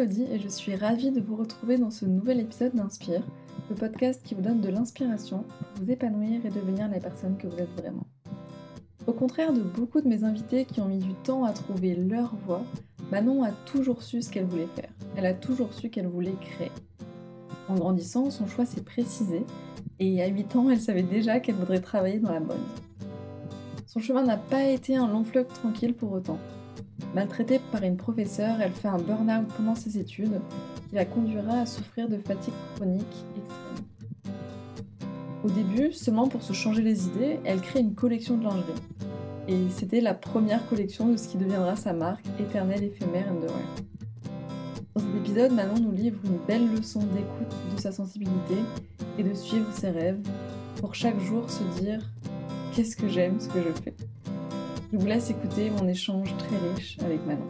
Elodie et je suis ravie de vous retrouver dans ce nouvel épisode d'Inspire, le podcast qui vous donne de l'inspiration pour vous épanouir et devenir la personne que vous êtes vraiment. Au contraire de beaucoup de mes invités qui ont mis du temps à trouver leur voie, Manon a toujours su ce qu'elle voulait faire. Elle a toujours su qu'elle voulait créer. En grandissant, son choix s'est précisé et à 8 ans, elle savait déjà qu'elle voudrait travailler dans la mode. Son chemin n'a pas été un long fleuve tranquille pour autant. Maltraitée par une professeure, elle fait un burn-out pendant ses études qui la conduira à souffrir de fatigue chronique extrême. Au début, seulement pour se changer les idées, elle crée une collection de lingerie. Et c'était la première collection de ce qui deviendra sa marque, Éternel Éphémère Underwear. Dans cet épisode, Manon nous livre une belle leçon d'écoute de sa sensibilité et de suivre ses rêves pour chaque jour se dire « Qu'est-ce que j'aime ce que je fais ?» Je vous laisse écouter mon échange très riche avec Manon.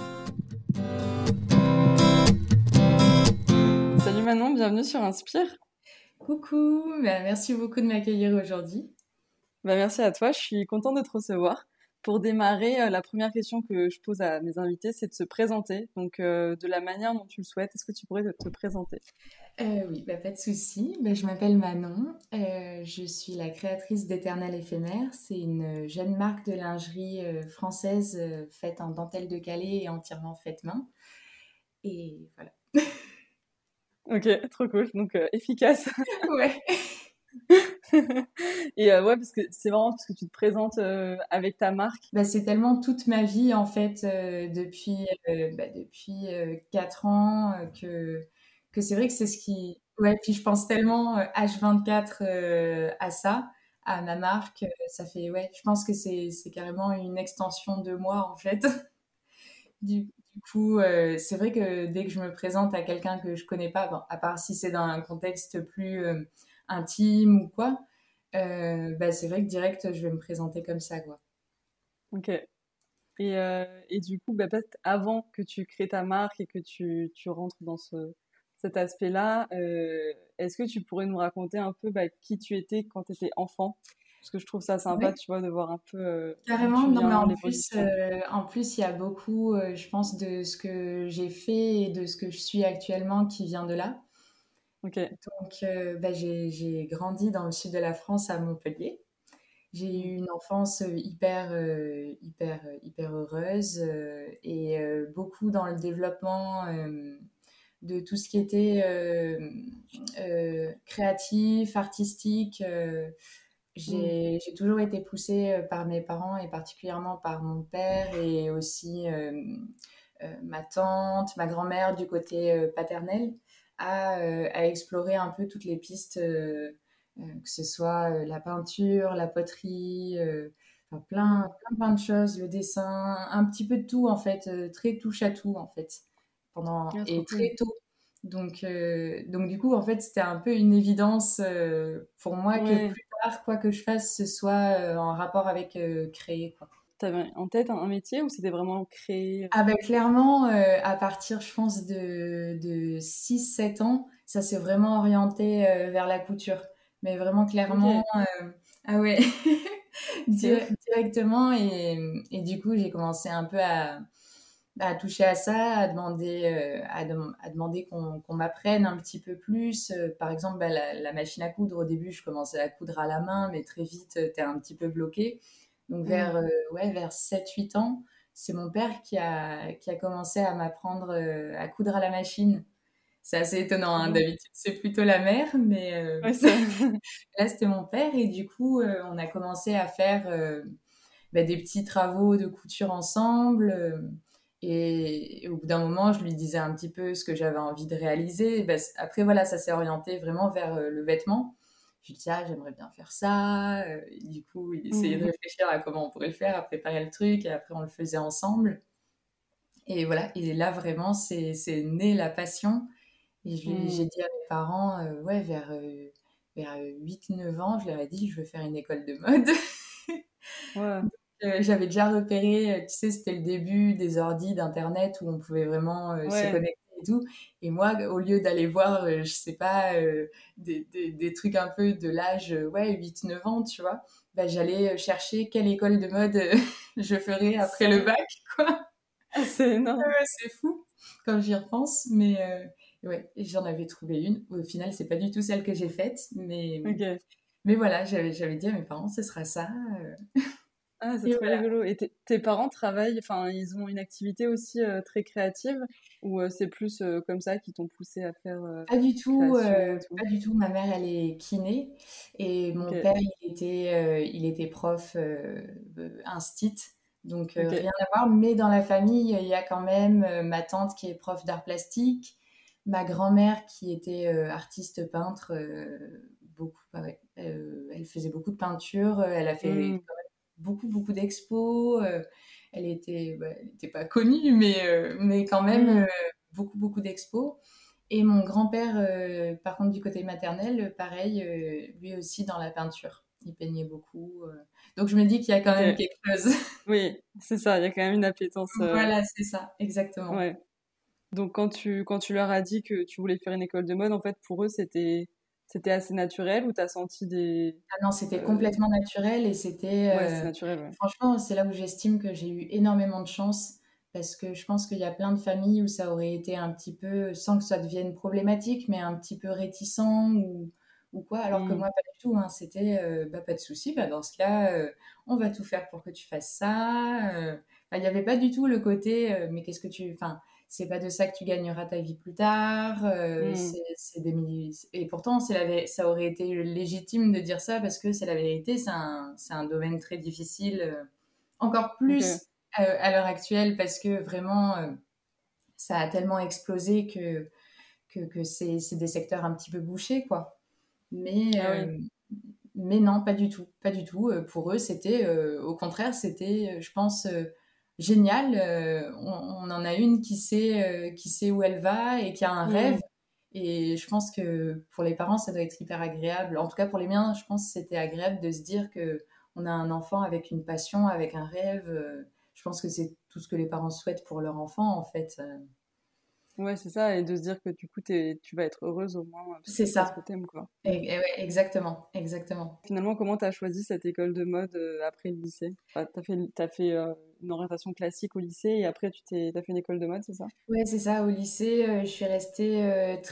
Salut Manon, bienvenue sur Inspire. Coucou, merci beaucoup de m'accueillir aujourd'hui. Merci à toi, je suis contente de te recevoir. Pour démarrer, la première question que je pose à mes invités, c'est de se présenter. Donc, de la manière dont tu le souhaites, est-ce que tu pourrais te présenter ? Oui, pas de souci. Je m'appelle Manon. Je suis la créatrice d'Éternel Éphémère. C'est une jeune marque de lingerie française faite en dentelle de Calais et entièrement faite main. Et voilà. Ok, trop cool. Donc, efficace. Ouais. Et ouais, parce que c'est marrant parce que tu te présentes avec ta marque. C'est tellement toute ma vie en fait depuis 4 ans que c'est vrai que c'est ce qui puis je pense tellement H24 à ça, à ma marque, ça fait je pense que c'est carrément une extension de moi en fait. Du coup, c'est vrai que dès que je me présente à quelqu'un que je connais pas, bon, à part si c'est dans un contexte plus intime ou quoi, c'est vrai que direct, je vais me présenter comme ça, quoi. Ok. Et du coup, peut-être avant que tu crées ta marque et que tu rentres dans cet aspect-là, est-ce que tu pourrais nous raconter un peu qui tu étais quand tu étais enfant ? Parce que je trouve ça sympa, Ouais. tu vois, de voir un peu d'où Carrément, tu non, mais viens, l'évolution. en plus, il y a beaucoup, je pense, de ce que j'ai fait et de ce que je suis actuellement qui vient de là. Ok. Donc, j'ai grandi dans le sud de la France, à Montpellier. J'ai eu une enfance hyper heureuse et beaucoup dans le développement de tout ce qui était créatif, artistique. J'ai toujours été poussée par mes parents et particulièrement par mon père et aussi ma tante, ma grand-mère du côté paternel à explorer un peu toutes les pistes, que ce soit la peinture, la poterie, enfin, plein de choses, le dessin, un petit peu de tout en fait, très touche à tout en fait, Ah, trop et cool. très tôt. Donc du coup, en fait, c'était un peu une évidence pour moi que Ouais. plus tard, quoi que je fasse, ce soit en rapport avec créer, quoi. T'avais en tête un métier ou c'était vraiment créé Clairement, à partir, je pense, de 6 7 ans, ça s'est vraiment orienté vers la couture. Mais vraiment clairement, Ok, ah ouais, c'est ouf. directement. Et du coup, j'ai commencé un peu à toucher à ça, à demander qu'on m'apprenne un petit peu plus. Par exemple, la machine à coudre, au début, je commençais à coudre à la main, mais très vite, t'es un petit peu bloqué. Donc vers 7 8 ans, c'est mon père qui a commencé à m'apprendre à coudre à la machine. C'est assez étonnant, Trop hein. bien. D'habitude, c'est plutôt la mère, mais Ouais, ça. là, c'était mon père. Et du coup, on a commencé à faire des petits travaux de couture ensemble. Et au bout d'un moment, je lui disais un petit peu ce que j'avais envie de réaliser. Après, voilà, ça s'est orienté vraiment vers le vêtement. Je lui disais, ah, j'aimerais bien faire ça. Et du coup, il essayait de réfléchir à comment on pourrait le faire, à préparer le truc. Et après, on le faisait ensemble. Et voilà, et là, vraiment, c'est né la passion. Et j'ai dit à mes parents, vers 8 9 ans, je leur ai dit, je veux faire une école de mode. Ouais. J'avais déjà repéré, tu sais, c'était le début des ordis, d'internet où on pouvait vraiment se Ouais. connecter et tout. Et moi, au lieu d'aller voir, je sais pas, des trucs un peu de l'âge, 8 9 ans, tu vois, j'allais chercher quelle école de mode je ferais après le bac, quoi. Ah, c'est énorme. Ouais, c'est fou. quand j'y repense. Mais ouais, j'en avais trouvé une. Au final, c'est pas du tout celle que j'ai faite. Ok. Mais voilà, j'avais dit à mes parents, ce sera ça. Ah, c'est Et trop voilà. rigolo. Et tes parents travaillent, enfin, ils ont une activité aussi très créative ou c'est plus comme ça qu'ils t'ont poussé à faire création et tout? Pas du tout. Ma mère, elle est kiné et Ok, mon père, il était prof instit, donc ok, rien à voir. Mais dans la famille, il y a quand même ma tante qui est prof d'art plastique, ma grand-mère qui était artiste peintre, beaucoup, ouais, elle faisait beaucoup de peinture, elle a fait Hmm, beaucoup d'expos. Elle était pas connue, mais quand même hmm, beaucoup d'expos. Et mon grand-père, par contre, du côté maternel, pareil, lui aussi dans la peinture. Il peignait beaucoup. Donc je me dis qu'il y a quand ok. même quelque chose. Oui, c'est ça. Il y a quand même une appétence. Voilà, c'est ça, exactement. Ouais. Donc quand tu leur as dit que tu voulais faire une école de mode, en fait, pour eux, c'était assez naturel ou t'as senti des Ah non, c'était euh, complètement naturel et c'était, ouais, c'est naturel, ouais. franchement, c'est là où j'estime que j'ai eu énormément de chance parce que je pense qu'il y a plein de familles où ça aurait été un petit peu, sans que ça devienne problématique, mais un petit peu réticent ou quoi, alors que Hmm, moi, pas du tout, hein. C'était, bah, pas de souci, bah, dans ce cas, on va tout faire pour que tu fasses ça. Enfin, il n'y avait pas du tout le côté, mais qu'est-ce que tu, enfin, c'est pas de ça que tu gagneras ta vie plus tard. hmm, Et pourtant, ça aurait été légitime de dire ça parce que c'est la vérité. C'est un domaine très difficile, encore plus ok. à l'heure actuelle parce que vraiment, ça a tellement explosé que c'est des secteurs un petit peu bouchés, quoi. Mais, Ah oui. mais non, pas du tout, pas du tout. Pour eux, c'était, au contraire, c'était, je pense, génial. On en a une qui sait où elle va et qui a un rêve. Hmm, Et je pense que pour les parents, ça doit être hyper agréable. En tout cas, pour les miens, je pense que c'était agréable de se dire que on a un enfant avec une passion, avec un rêve. Je pense que c'est tout ce que les parents souhaitent pour leur enfant, en fait. ouais, c'est ça. Et de se dire que du coup, tu vas être heureuse au moins parce que C'est tu fais ce ça. que t'aimes, quoi. Et ouais, exactement, exactement. Finalement, comment t'as choisi cette école de mode après le lycée? Enfin, t'as fait une orientation classique au lycée et après t'as fait une école de mode, c'est ça? Ouais, c'est ça. Au lycée, je suis restée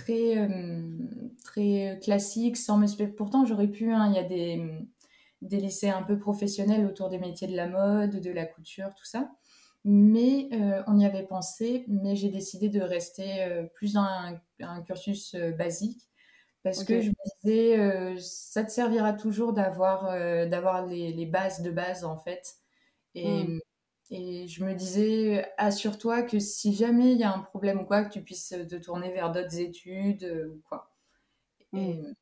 très classique, sans pourtant, j'aurais pu, hein, il y a des lycées un peu professionnels autour des métiers de la mode, de la couture, tout ça. Mais on y avait pensé, mais j'ai décidé de rester plus dans un cursus basique parce Ok. que je me disais, ça te servira toujours d'avoir les bases de base, en fait. Hmm, Et, et je me disais, assure-toi que si jamais il y a un problème ou quoi, que tu puisses te tourner vers d'autres études ou quoi. hmm. Et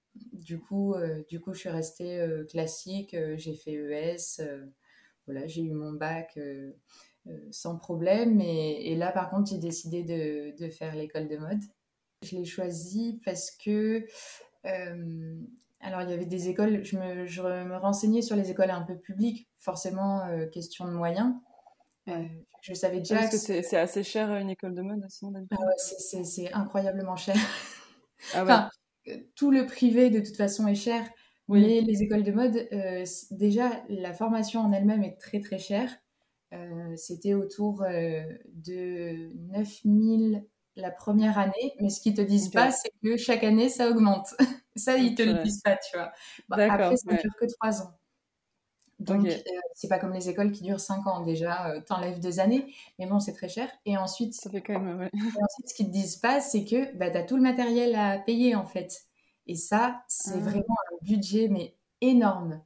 du coup, je suis restée classique. J'ai fait ES. Voilà, j'ai eu mon bac sans problème. Et là, par contre, j'ai décidé de faire l'école de mode. Je l'ai choisi parce que, euh, alors, il y avait des écoles, je me renseignais sur les écoles un peu publiques, forcément, question de moyens. Ouais. Je savais Ouais, déjà parce que que c'est assez cher une école de mode, sinon d'habitude. c'est incroyablement cher. Ah ouais. Enfin, tout le privé de toute façon est cher, Oui. mais les écoles de mode, déjà la formation en elle-même est très très chère. C'était autour de 9 000 la première année, mais ce qu'ils te disent pas, Ok. c'est que chaque année ça augmente. Ça, Oh, ils te le purée. disent pas, tu vois. Bon, après, D'accord. ça Ouais. dure que 3 ans. Donc, Ok. c'est pas comme les écoles qui durent 5 ans. Déjà, t'enlèves 2 années, mais bon, c'est très cher. Ça fait quand même. Ouais. Et ensuite, ce qu'ils te disent pas, c'est que bah, tu as tout le matériel à payer, en fait. Et ça, c'est Ah. vraiment un budget, mais énorme.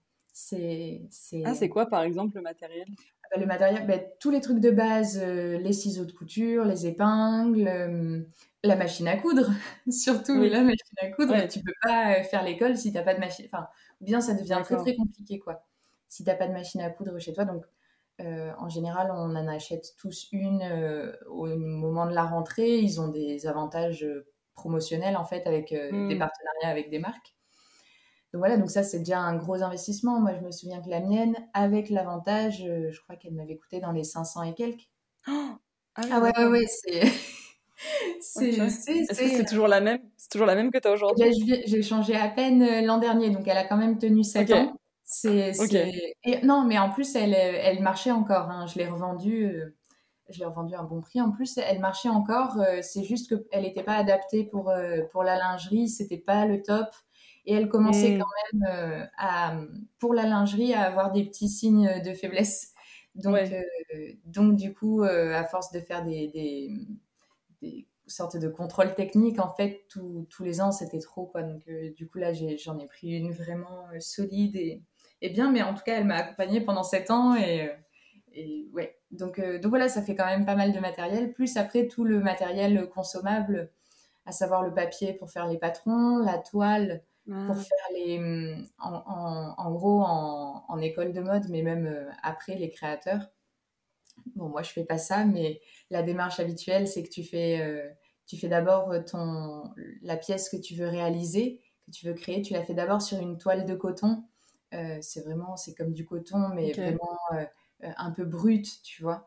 Ah, c'est quoi par exemple le matériel? Bah, le matériel, bah, tous les trucs de base, les ciseaux de couture, les épingles, la machine à coudre. Surtout Oui. la machine à coudre, Ouais. tu peux pas faire l'école si t'as pas de machine. Enfin, ou bien ça devient très D'accord. très compliqué, quoi. Si t'as pas de machine à coudre chez toi. Donc, en général, on en achète tous une au moment de la rentrée. Ils ont des avantages promotionnels, en fait, avec des Hmm. partenariats avec des marques. Donc voilà, donc ça, c'est déjà un gros investissement. Moi, je me souviens que la mienne, avec l'avantage, je crois qu'elle m'avait coûté dans les 500 et quelques. Oh, ah Ah oui, ouais, ouais, d'accord. ouais, c'est Oh, purée. Est-ce que c'est c'est toujours la même? C'est toujours la même que tu as eh ben, aujourd'hui? j'ai changé à peine l'an dernier, donc elle a quand même tenu Ok, 7 ans. ok. Et non, mais en plus, elle marchait encore, hein. Je l'ai revendue. je l'ai revendue à un bon prix. En plus, elle marchait encore. C'est juste qu'elle n'était pas adaptée pour la lingerie. C'était pas le top. Et elle commençait quand même pour la lingerie à avoir des petits signes de faiblesse. Donc du coup, à force de faire des sortes de contrôles techniques, en fait, tous les ans, c'était trop, quoi. Donc du coup, là, j'en ai pris une vraiment solide et bien. Mais en tout cas, elle m'a accompagnée pendant 7 ans et ouais. Donc voilà, ça fait quand même pas mal de matériel. Plus après, tout le matériel consommable, à savoir le papier pour faire les patrons, la toile pour faire en gros, en école de mode, mais même après, les créateurs. Bon, moi, je fais pas ça, mais la démarche habituelle, c'est que tu fais d'abord la pièce que tu veux réaliser, que tu veux créer, tu la fais d'abord sur une toile de coton. C'est comme du coton, mais vraiment un peu brut, tu vois.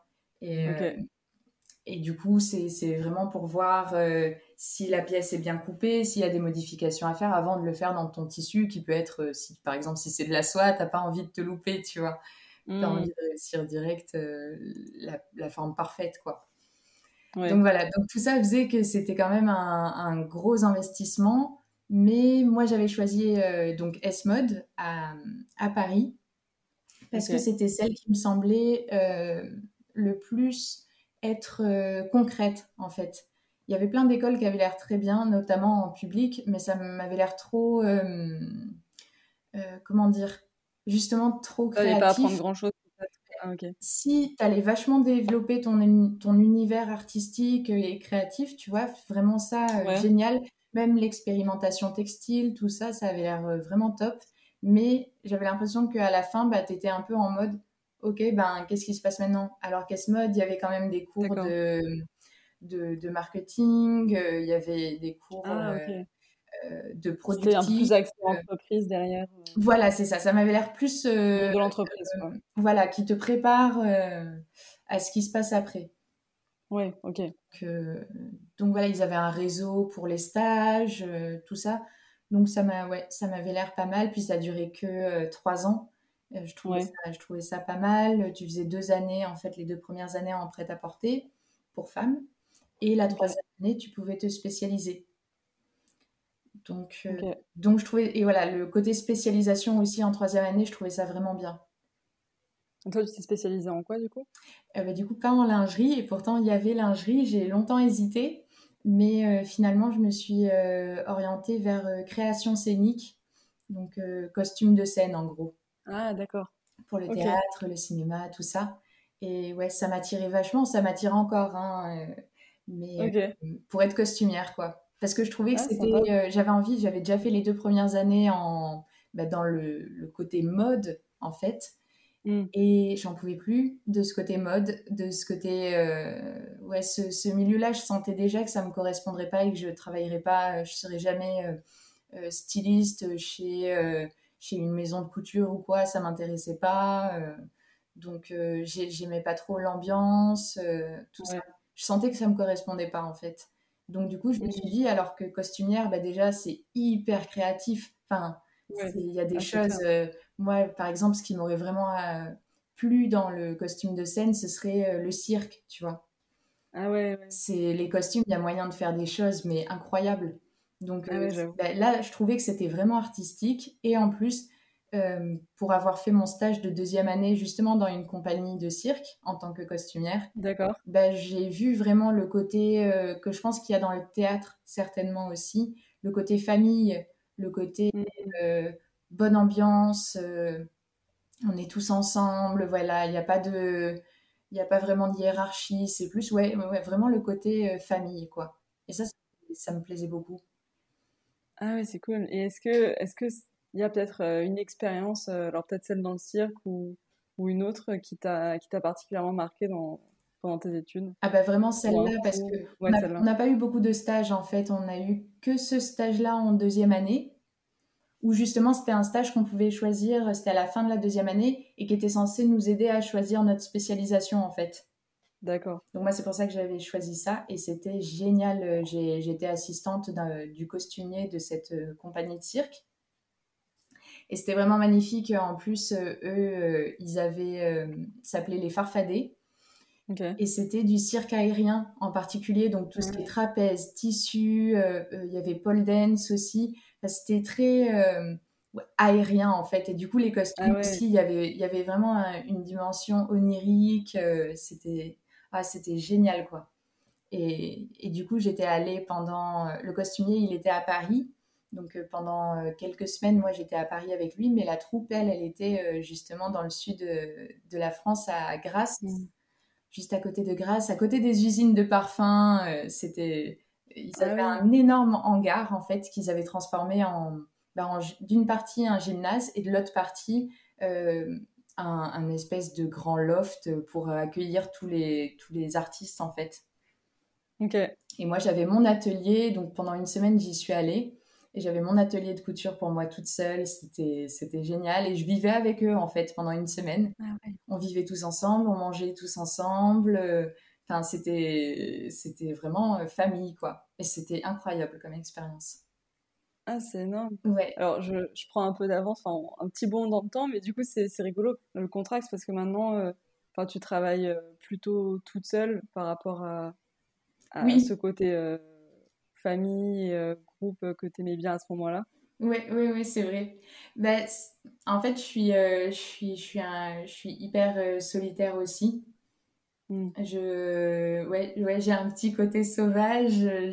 Et du coup, c'est vraiment pour voir si la pièce est bien coupée, s'il y a des modifications à faire avant de le faire dans ton tissu, qui peut être, par exemple, si c'est de la soie, t'as pas envie de te louper, tu vois. T'as envie de réussir direct la forme parfaite, quoi. Donc voilà, donc tout ça faisait que c'était quand même un gros investissement. Mais moi, j'avais choisi donc S-Mode à Paris parce que c'était celle qui me semblait le plus être concrète, en fait. Il y avait plein d'écoles qui avaient l'air très bien, notamment en public, mais ça m'avait l'air trop, comment dire, justement trop T'allais pas apprendre créatif. grand-chose. Ah, ok. Si tu allais vachement développer ton univers artistique et créatif, tu vois, vraiment ça, génial. Même l'expérimentation textile, tout ça, ça avait l'air vraiment top. Mais j'avais l'impression qu'à la fin, bah, tu étais un peu en mode, OK, ben, qu'est-ce qui se passe maintenant? Alors qu'à ce mode, il y avait quand même des cours de marketing, il y avait des cours Ok. de C'était un peu productif. plus axé entreprise derrière. Voilà, c'est ça. Ça m'avait l'air plus De l'entreprise, quoi. voilà, qui te prépare à ce qui se passe après. Ouais, ok. Donc voilà, ils avaient un réseau pour les stages, tout ça. Donc ça m'avait l'air pas mal. Puis ça durait que 3 ans. Je trouvais ça pas mal. Tu faisais 2 années, en fait, les 2 premières années en prêt-à-porter pour femmes. Et la troisième année, tu pouvais te spécialiser. Donc je trouvais, et voilà, le côté spécialisation aussi en troisième année, je trouvais ça vraiment bien. Et toi, tu t'es spécialisée en quoi, du coup? Du coup, pas en lingerie, et pourtant il y avait lingerie, j'ai longtemps hésité, mais finalement je me suis orientée vers création scénique, donc costume de scène en gros, Ah, d'accord. pour le Ok. théâtre, le cinéma, tout ça. Et ouais, ça m'attirait vachement, ça m'attire encore, hein, mais Ok. pour être costumière, quoi. Parce que je trouvais que Ah, sympa. j'avais envie, j'avais déjà fait les 2 premières années dans le côté mode, en fait. Hmm. Et j'en pouvais plus de ce côté mode, de ce côté... ouais, ce milieu-là, je sentais déjà que ça me correspondrait pas et que je travaillerais pas, je serais jamais styliste chez une maison de couture ou quoi, ça m'intéressait pas. Donc j'aimais pas trop l'ambiance, tout ça. Ouais. Je sentais que ça me correspondait pas en fait. Donc du coup, je me suis dit, alors que costumière, bah, déjà, c'est hyper créatif. Enfin, Ouais. il y a des Ah, c'est clair. choses... moi, par exemple, ce qui m'aurait vraiment plu dans le costume de scène, ce serait le cirque, tu vois. Ah ouais, ouais. C'est les costumes, il y a moyen de faire des choses, mais incroyables. Donc Ah ouais, j'avoue. bah, là, je trouvais que c'était vraiment artistique. Et en plus, pour avoir fait mon stage de deuxième année justement dans une compagnie de cirque en tant que costumière, D'accord. bah, j'ai vu vraiment le côté que je pense qu'il y a dans le théâtre certainement aussi, le côté famille, le côté Hmm. euh, bonne ambiance, on est tous ensemble, voilà, il y a pas vraiment de hiérarchie, c'est plus, ouais, vraiment le côté famille, quoi. Et ça me plaisait beaucoup. Ah ouais, c'est cool. Et est-ce que il y a peut-être une expérience, alors peut-être celle dans le cirque ou une autre qui t'a particulièrement marqué pendant tes études? Ah bah vraiment Ou un celle-là, parce que cours? Ouais, on celle-là. n'a pas eu beaucoup de stages en fait, on a eu que ce stage-là en deuxième année, où justement c'était un stage qu'on pouvait choisir, c'était à la fin de la deuxième année, et qui était censé nous aider à choisir notre spécialisation en fait. D'accord. Donc moi c'est pour ça que j'avais choisi ça, et c'était génial. J'étais assistante du costumier de cette compagnie de cirque, et c'était vraiment magnifique. En plus, eux, ils avaient, s'appelaient les Farfadets. Ok. Et c'était du cirque aérien en particulier, donc tout ce qui est trapèze, tissu, il y avait pole dance aussi. Enfin, c'était très ouais, aérien en fait. Et du coup, les Ah costumes ouais. aussi, il y avait vraiment une dimension onirique. C'était génial quoi. Et du coup, j'étais allée pendant. Le costumier, il était à Paris. Donc pendant quelques semaines, moi j'étais à Paris avec lui, mais la troupe, elle était justement dans le sud de la France, à Grasse, Mm. juste à côté de Grasse, à côté des usines de parfums. Ils Ah avaient oui. un énorme hangar en fait qu'ils avaient transformé d'une partie un gymnase et de l'autre partie euh, un espèce de grand loft pour accueillir tous les artistes en fait. Ok. Et moi, j'avais mon atelier, donc pendant une semaine, j'y suis allée. Et j'avais mon atelier de couture pour moi toute seule. C'était génial. Et je vivais avec eux, en fait, pendant une semaine. Ah ouais. On vivait tous ensemble, on mangeait tous ensemble. Enfin, c'était vraiment famille, quoi. Et c'était incroyable comme expérience. Ah, c'est énorme. Ouais, Alors, je prends un peu d'avance, enfin, un petit bond dans le temps, mais du coup, c'est rigolo le contraste parce que maintenant, enfin, tu travailles plutôt toute seule par rapport à ce oui, côté famille, groupe que tu aimais bien à ce moment-là. oui, oui, oui, c'est vrai. Ben, en fait, je suis hyper solitaire aussi. Mm. Ouais, ouais, j'ai un petit côté sauvage.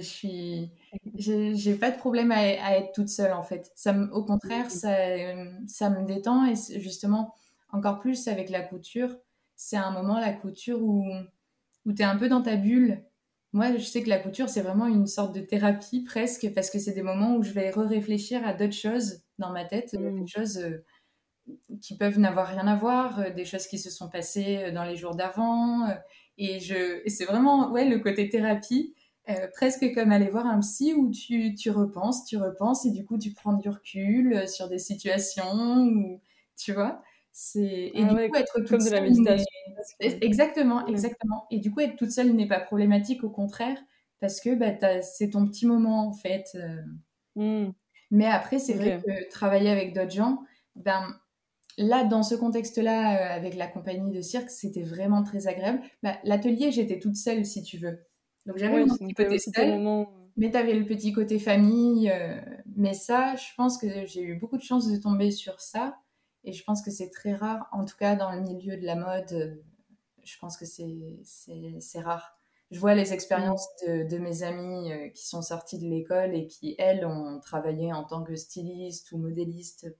J'ai pas de problème à être toute seule en fait. Au contraire, Mm. ça me détend et justement, encore plus avec la couture, c'est un moment, la couture, où tu es un peu dans ta bulle. Moi, je sais que la couture, c'est vraiment une sorte de thérapie presque parce que c'est des moments où je vais réfléchir à d'autres choses dans ma tête, des Mm. choses qui peuvent n'avoir rien à voir, des choses qui se sont passées dans les jours d'avant. Et c'est vraiment ouais, le côté thérapie, presque comme aller voir un psy où tu repenses, et du coup tu prends du recul sur des situations, ou, tu vois. Et Ah du ouais, coup, être toute comme de la seule méditation presque. Exactement, Ouais. exactement. Et du coup, être toute seule n'est pas problématique, au contraire, parce que bah, c'est ton petit moment en fait. Mm. Mais après, c'est vrai Ok. que travailler avec d'autres gens, ben, là, dans ce contexte-là, avec la compagnie de cirque, c'était vraiment très agréable. Bah, l'atelier, j'étais toute seule, si tu veux. Donc j'avais Oui, mon petit donc tu avais côté aussi tes seule, moments. mais tu avais le petit côté famille. Mais ça, je pense que j'ai eu beaucoup de chance de tomber sur ça. Et je pense que c'est très rare, en tout cas dans le milieu de la mode, je pense que c'est rare. Je vois les Mm. expériences de mes amies qui sont sorties de l'école et qui, elles, ont travaillé en tant que styliste ou modéliste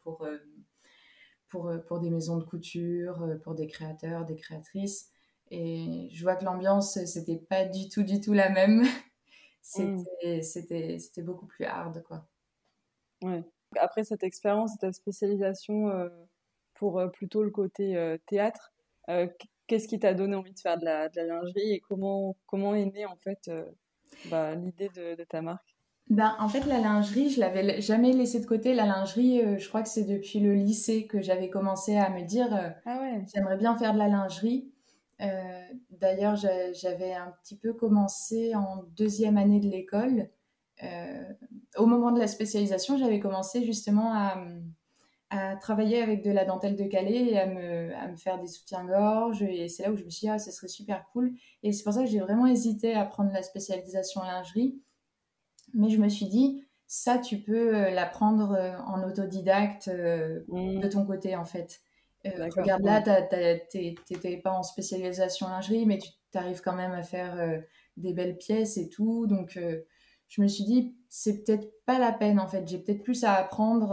pour des maisons de couture, pour des créateurs, des créatrices. Et je vois que l'ambiance, c'était pas du tout la même. Mm. C'était beaucoup plus hard, quoi. Ouais. Après cette expérience et ta spécialisation pour plutôt le côté théâtre, qu'est-ce qui t'a donné envie de faire de la lingerie et comment est née en fait bah, l'idée de ta marque? Ben, en fait, la lingerie, je l'avais jamais laissée de côté. La lingerie, je crois que c'est depuis le lycée que j'avais commencé à me dire, Ah ouais, j'aimerais bien faire de la lingerie. D'ailleurs, j'avais un petit peu commencé en deuxième année de l'école. Euh, Au moment de la spécialisation, j'avais commencé justement à travailler avec de la dentelle de Calais et à me faire des soutiens-gorge. Et c'est là où je me suis dit, ah, ce serait super cool. Et c'est pour ça que j'ai vraiment hésité à prendre la spécialisation lingerie. Mais je me suis dit, ça, tu peux l'apprendre en autodidacte de mm, ton côté, en fait. d'accord, Regarde là, ouais. t'étais pas en spécialisation lingerie, mais tu arrives quand même à faire des belles pièces et tout. Donc, je me suis dit, c'est peut-être pas la peine, en fait. J'ai peut-être plus à apprendre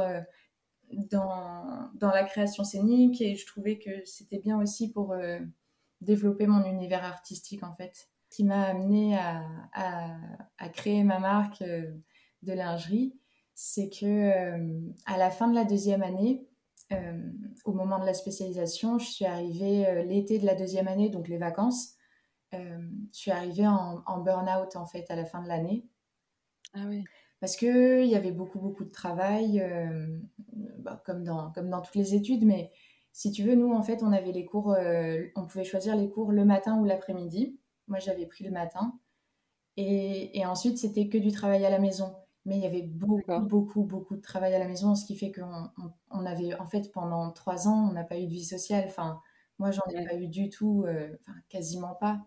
dans la création scénique, et je trouvais que c'était bien aussi pour développer mon univers artistique, en fait, qui m'a amené à créer ma marque de lingerie. C'est que à la fin de la deuxième année, au moment de la spécialisation, je suis arrivée l'été de la deuxième année, donc les vacances. Je suis arrivée en burn-out en fait à la fin de l'année, Ah oui, parce qu'il y avait beaucoup, beaucoup de travail, bah, comme dans toutes les études. Mais si tu veux, nous, en fait, on avait les cours, on pouvait choisir les cours le matin ou l'après-midi. Moi, j'avais pris le matin. Et ensuite, c'était que du travail à la maison. Mais il y avait beaucoup, d'accord. beaucoup, beaucoup de travail à la maison, ce qui fait qu'on avait, en fait, pendant 3 ans, on n'a pas eu de vie sociale. Enfin, Moi, j'en ai Ouais. pas eu du tout, enfin, quasiment pas.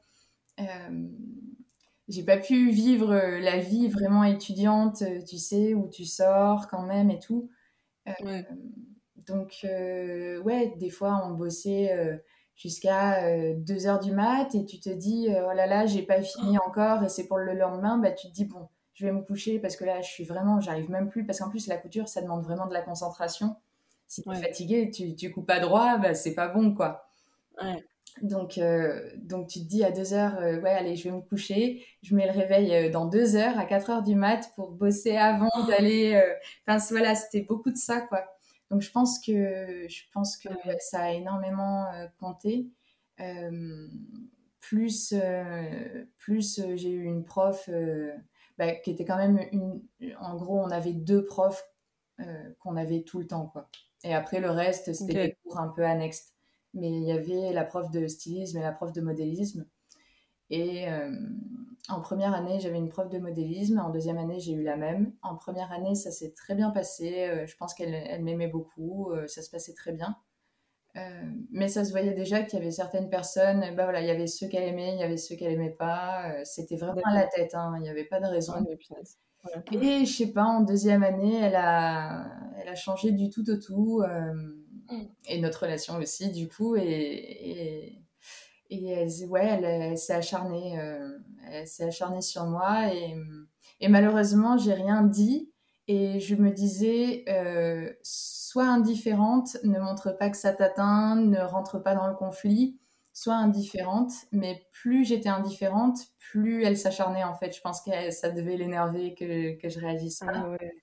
J'ai pas pu vivre la vie vraiment étudiante, tu sais, où tu sors quand même et tout. Euh, Ouais. donc, ouais, des fois, on bossait jusqu'à 2 heures du mat et tu te dis, oh là là, j'ai pas fini encore et c'est pour le lendemain. Bah, tu te dis, bon, je vais me coucher parce que là, j'arrive même plus. Parce qu'en plus, la couture, ça demande vraiment de la concentration. Si tu es Ouais. fatigué, tu coupes pas droit, bah, c'est pas bon, quoi. Ouais. Donc tu te dis à 2 heures, ouais, allez, je vais me coucher. Je mets le réveil dans 2 heures, à 4 heures du mat pour bosser avant d'aller. Enfin, voilà, c'était beaucoup de ça, quoi. Donc je pense que ouais, Ouais. ça a énormément compté. Euh, plus j'ai eu une prof bah, qui était quand même une. En gros, on avait 2 profs qu'on avait tout le temps, quoi. Et après, le reste, c'était des Ok. cours un peu annexes. Mais il y avait la prof de stylisme et la prof de modélisme. Et en première année, j'avais une prof de modélisme. En deuxième année, j'ai eu la même. En première année, ça s'est très bien passé. Je pense qu'elle m'aimait beaucoup. Ça se passait très bien. Mais ça se voyait déjà qu'il y avait certaines personnes, bah voilà, il y avait ceux qu'elle aimait, il y avait ceux qu'elle aimait pas. C'était vraiment à la D'accord. tête, hein, il n'y avait pas de raison. Ouais, mais punaise. Ouais. Et je sais pas, en deuxième année, elle a changé du tout au tout. Et notre relation aussi, du coup. Et ouais, elle s'est acharnée sur moi. Et malheureusement, j'ai rien dit. Et je me disais, sois indifférente, ne montre pas que ça t'atteint, ne rentre pas dans le conflit, sois indifférente. Mais plus j'étais indifférente, plus elle s'acharnait en fait. Je pense que ça devait l'énerver que je réagisse Ah pas. ouais.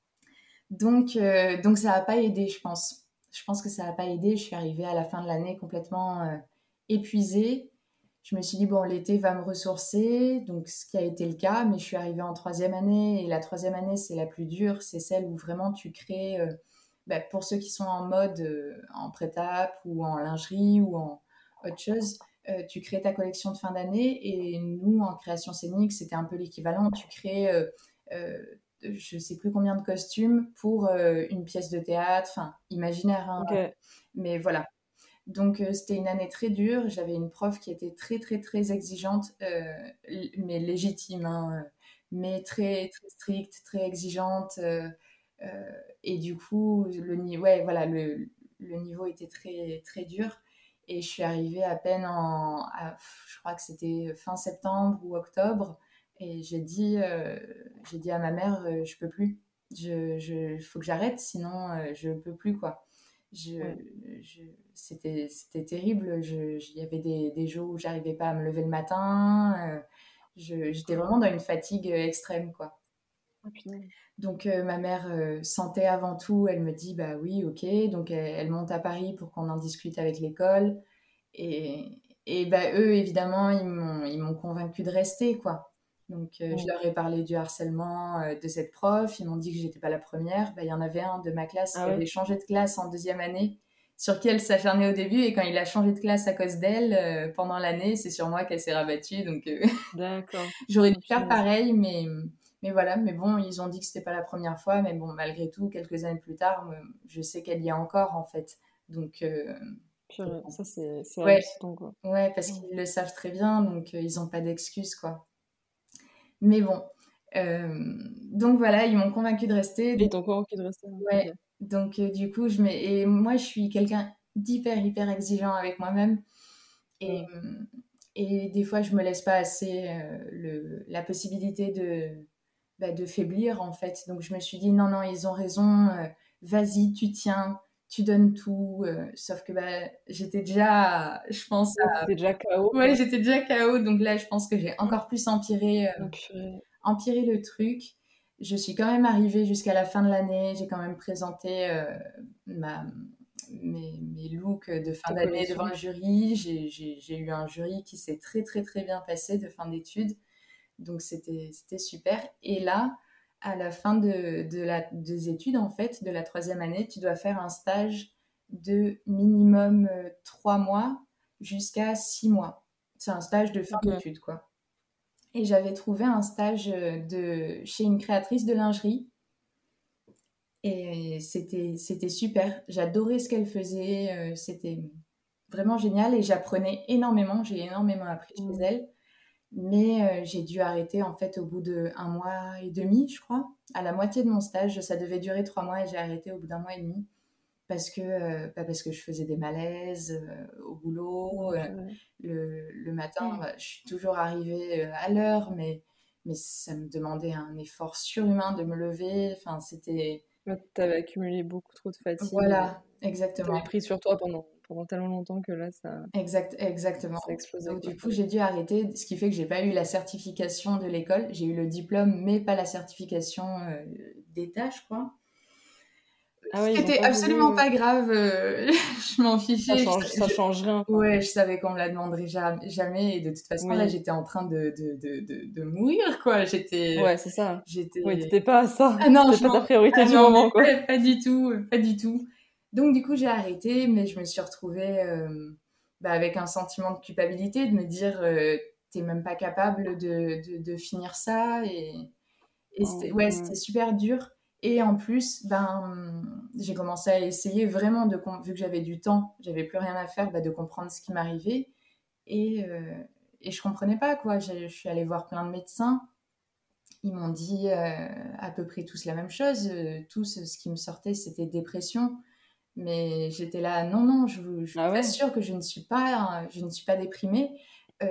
Donc ça n'a pas aidé, je pense. Je pense que ça n'a pas aidé. Je suis arrivée à la fin de l'année complètement épuisée. Je me suis dit, bon, l'été va me ressourcer, donc ce qui a été le cas, mais je suis arrivée en troisième année, et la troisième année, c'est la plus dure, c'est celle où vraiment tu crées, bah, pour ceux qui sont en mode, en prêt-à-porter ou en lingerie ou en autre chose, tu crées ta collection de fin d'année, et nous, en création scénique, c'était un peu l'équivalent, tu crées euh, je sais plus combien de costumes pour une pièce de théâtre, enfin, imaginaire, hein, Ok. mais voilà. Donc, c'était une année très dure. J'avais une prof qui était très, très, très exigeante, mais légitime, hein, mais très, très stricte, très exigeante. Et du coup, ouais, voilà, le niveau était très, très dur. Et je suis arrivée à peine je crois que c'était fin septembre ou octobre. Et j'ai dit à ma mère, je peux plus. Faut que j'arrête, sinon je peux plus, quoi. Je, Ouais. c'était terrible. Il y avait des jours où j'arrivais pas à me lever le matin. J'étais vraiment dans une fatigue extrême, quoi. Ah, punaise. Donc ma mère sentait avant tout. Elle me dit bah oui, ok. Donc elle monte à Paris pour qu'on en discute avec l'école. Et bah eux évidemment ils m'ont convaincu de rester, quoi. Donc je Ouais. leur ai parlé du harcèlement de cette prof. Ils m'ont dit que j'étais pas la première. Bah, il y en avait un de ma classe Ah qui avait ouais. changé de classe en deuxième année, sur qui elle s'acharnait au début, et quand il a changé de classe à cause d'elle pendant l'année, c'est sur moi qu'elle s'est rabattue. Donc D'accord. j'aurais Ah, dû faire punaise. pareil, mais voilà. Mais bon, ils ont dit que c'était pas la première fois. Mais bon, malgré tout, quelques années plus tard, je sais qu'elle y est encore, en fait. Donc, Purée. bon. Ça, c'est Ouais, hallucinant, quoi. ouais, parce Oh. qu'ils le savent très bien, donc ils ont pas d'excuses, quoi. Mais bon, donc voilà, ils m'ont convaincu de rester. Et ton corps qui te restait. Ok. Ouais, donc du coup, et moi, je suis quelqu'un d'hyper, hyper exigeant avec moi-même. Et, Mm. et des fois, je me laisse pas assez la possibilité de faiblir, en fait. Donc je me suis dit, non, non, ils ont raison, vas-y, tu tiens, tu donnes tout. Sauf que bah, j'étais déjà, je pense, Ouais, t'étais déjà KO, ouais, quoi. j'étais déjà KO. Donc là, je pense que j'ai encore plus Oh, purée. empiré le truc. Je suis quand même arrivée jusqu'à la fin de l'année. J'ai quand même présenté ma, mes looks de fin Ta d'année devant collection. le jury. J'ai eu un jury qui s'est très, très, très bien passé de fin d'études. Donc, c'était super. Et là, à la fin des études, en fait, de la troisième année, tu dois faire un stage de minimum 3 mois jusqu'à 6 mois. C'est un stage de fin Ok. d'études, quoi. Et j'avais trouvé un stage chez une créatrice de lingerie. Et c'était super. J'adorais ce qu'elle faisait. vraiment géniale et j'apprenais énormément. J'ai énormément appris chez elle. Mais j'ai dû arrêter en fait au bout d'1 mois et demi, je crois. À la moitié de mon stage, ça devait durer 3 mois et j'ai arrêté au bout d'1 mois et demi parce que je faisais des malaises au boulot. Le matin, je suis toujours arrivée à l'heure, mais ça me demandait un effort surhumain de me lever. Enfin, c'était... T'avais accumulé beaucoup trop de fatigue et Voilà, exactement. t'avais pris sur toi pendant tellement longtemps que là, Exactement. ça a explosé, Donc quoi. du coup, j'ai dû arrêter, ce qui fait que j'ai pas eu la certification de l'école. J'ai eu le diplôme, mais pas la certification d'État, je crois. Ah Ce ouais, qui ils ont était pas absolument voulu. pas grave. Je m'en fichais. Ça change rien, quoi. Ouais, je savais qu'on me la demanderait jamais. Et de toute façon, là, Oui. j'étais en train de mourir, quoi. Ouais, c'est ça. Oui, J'étais... t'étais pas à ça. Ah non, C'était pas ta priorité ah du non, moment, quoi. mais pas du tout, pas du tout. Donc du coup, j'ai arrêté, mais je me suis retrouvée avec un sentiment de culpabilité, de me dire, t'es même pas capable de finir ça. Et c'était, Oh, ouais, ouais. c'était super dur. Et en plus, j'ai commencé à essayer vraiment, vu que j'avais du temps, j'avais plus rien à faire, de comprendre ce qui m'arrivait. Et, euh, et je comprenais pas, quoi. Je suis allée voir plein de médecins. Ils m'ont dit à peu près tous la même chose. Tous, ce qui me sortait, c'était dépression. Mais j'étais là, non, non, je Ah vous ouais? assure que je ne suis pas déprimée.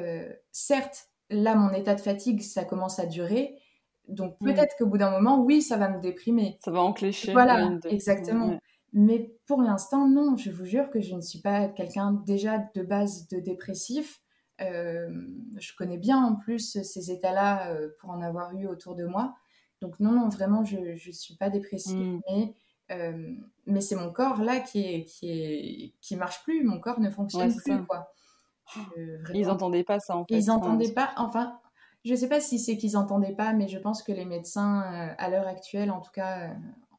Certes, là, mon état de fatigue, ça commence à durer. Donc Hmm. peut-être qu'au bout d'un moment, oui, ça va me déprimer. Ça va enclencher, Voilà, oui, exactement. ouais. Mais pour l'instant, non, je vous jure que je ne suis pas quelqu'un déjà de base de dépressif. Euh, je connais bien en plus ces états-là pour en avoir eu autour de moi. Donc non, non, vraiment, je ne suis pas dépressive, Hmm. euh, mais c'est mon corps là qui marche plus. Mon corps ne Ouais, fonctionne c'est plus, ça. quoi. Ils Vraiment. entendaient pas ça, en Et fait. ils Enfin, n'entendaient pas, enfin, je sais pas si c'est qu'ils n'entendaient pas, mais je pense que les médecins, à l'heure actuelle, en tout cas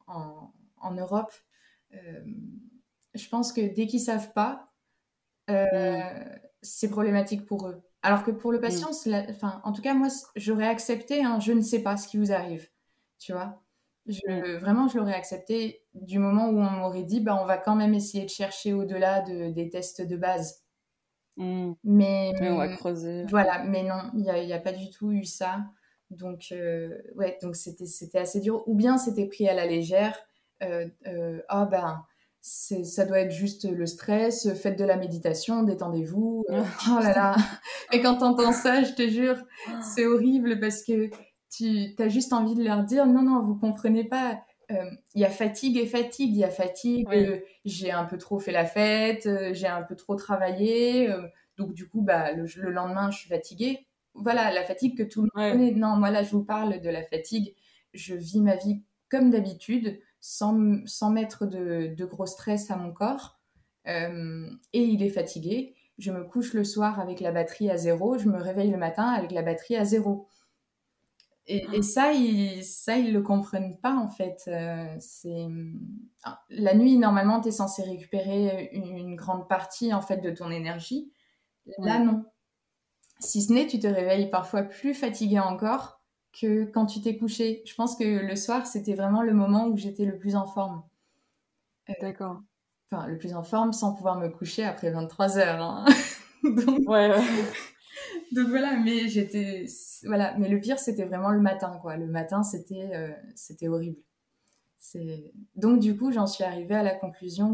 en Europe, euh, je pense que dès qu'ils savent pas, euh, hmm, c'est problématique pour eux. Alors que pour le hmm, patient, enfin, en tout cas, moi, j'aurais accepté un je ne sais pas ce qui vous arrive, tu vois. hmm, Vraiment, je l'aurais accepté du moment où on m'aurait dit, on va quand même essayer de chercher au-delà des tests de base. hmm. Mais Oui, on va creuser. voilà, mais non, il y a pas du tout eu ça. Donc, ouais, donc c'était assez dur. Ou bien c'était pris à la légère. Ah ben, ça doit être juste le stress, faites de la méditation, détendez-vous. Oh là là. Et quand t'entends ça, je te jure, c'est horrible parce que tu as juste envie de leur dire, non, non, vous comprenez pas. Il y a fatigue et fatigue. Il y a fatigue, Oui, j'ai un peu trop fait la fête, j'ai un peu trop travaillé. Donc du coup, le lendemain, je suis fatiguée. Voilà, la fatigue que tout le monde ouais. connaît. Non, moi là, je vous parle de la fatigue. Je vis ma vie comme d'habitude, sans mettre de gros stress à mon corps. Et il est fatigué. Je me couche le soir avec la batterie à zéro. Je me réveille le matin avec la batterie à zéro. Et ça, ils le comprennent pas en fait. La nuit, normalement, tu es censé récupérer une grande partie en fait de ton énergie. Là, Ouais. non. Si ce n'est, tu te réveilles parfois plus fatigué encore que quand tu t'es couché. Je pense que le soir, c'était vraiment le moment où j'étais le plus en forme. Euh, D'accord. Enfin, le plus en forme sans pouvoir me coucher après 23 heures, hein. donc, Ouais, ouais. donc voilà, voilà. Mais le pire, c'était vraiment le matin, quoi. Le matin, c'était horrible. Donc du coup, j'en suis arrivée à la conclusion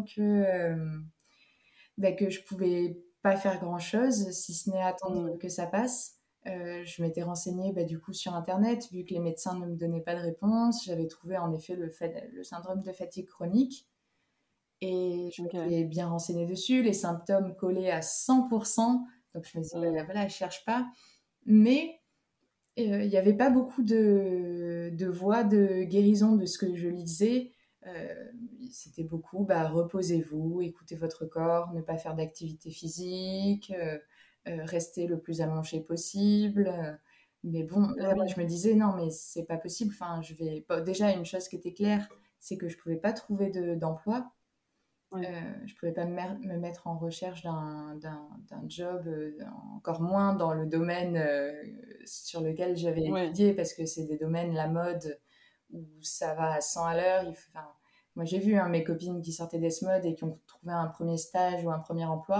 que je pouvais pas faire grand-chose, si ce n'est attendre Hmm. que ça passe. Je m'étais renseignée du coup sur Internet, vu que les médecins ne me donnaient pas de réponse. J'avais trouvé en effet le syndrome de fatigue chronique et je Ok. m'étais bien renseignée dessus, les symptômes collaient à 100%. Donc je me disais, Hmm. voilà, je cherche pas. Mais il n'y avait pas beaucoup de voies de guérison de ce que je lisais. Euh, C'était beaucoup, reposez-vous, écoutez votre corps, ne pas faire d'activité physique, rester le plus allongé possible. Mais bon, Ah là, moi, oui. je me disais, non, mais c'est pas possible. Enfin, déjà, une chose qui était claire, c'est que je pouvais pas trouver d'emploi. Ouais. Je pouvais pas me mettre en recherche d'un job, encore moins dans le domaine sur lequel j'avais Ouais. étudié, parce que c'est des domaines, la mode, où ça va à 100 à l'heure. Moi, j'ai vu mes copines qui sortaient d'ESMOD et qui ont trouvé un premier stage ou un premier emploi.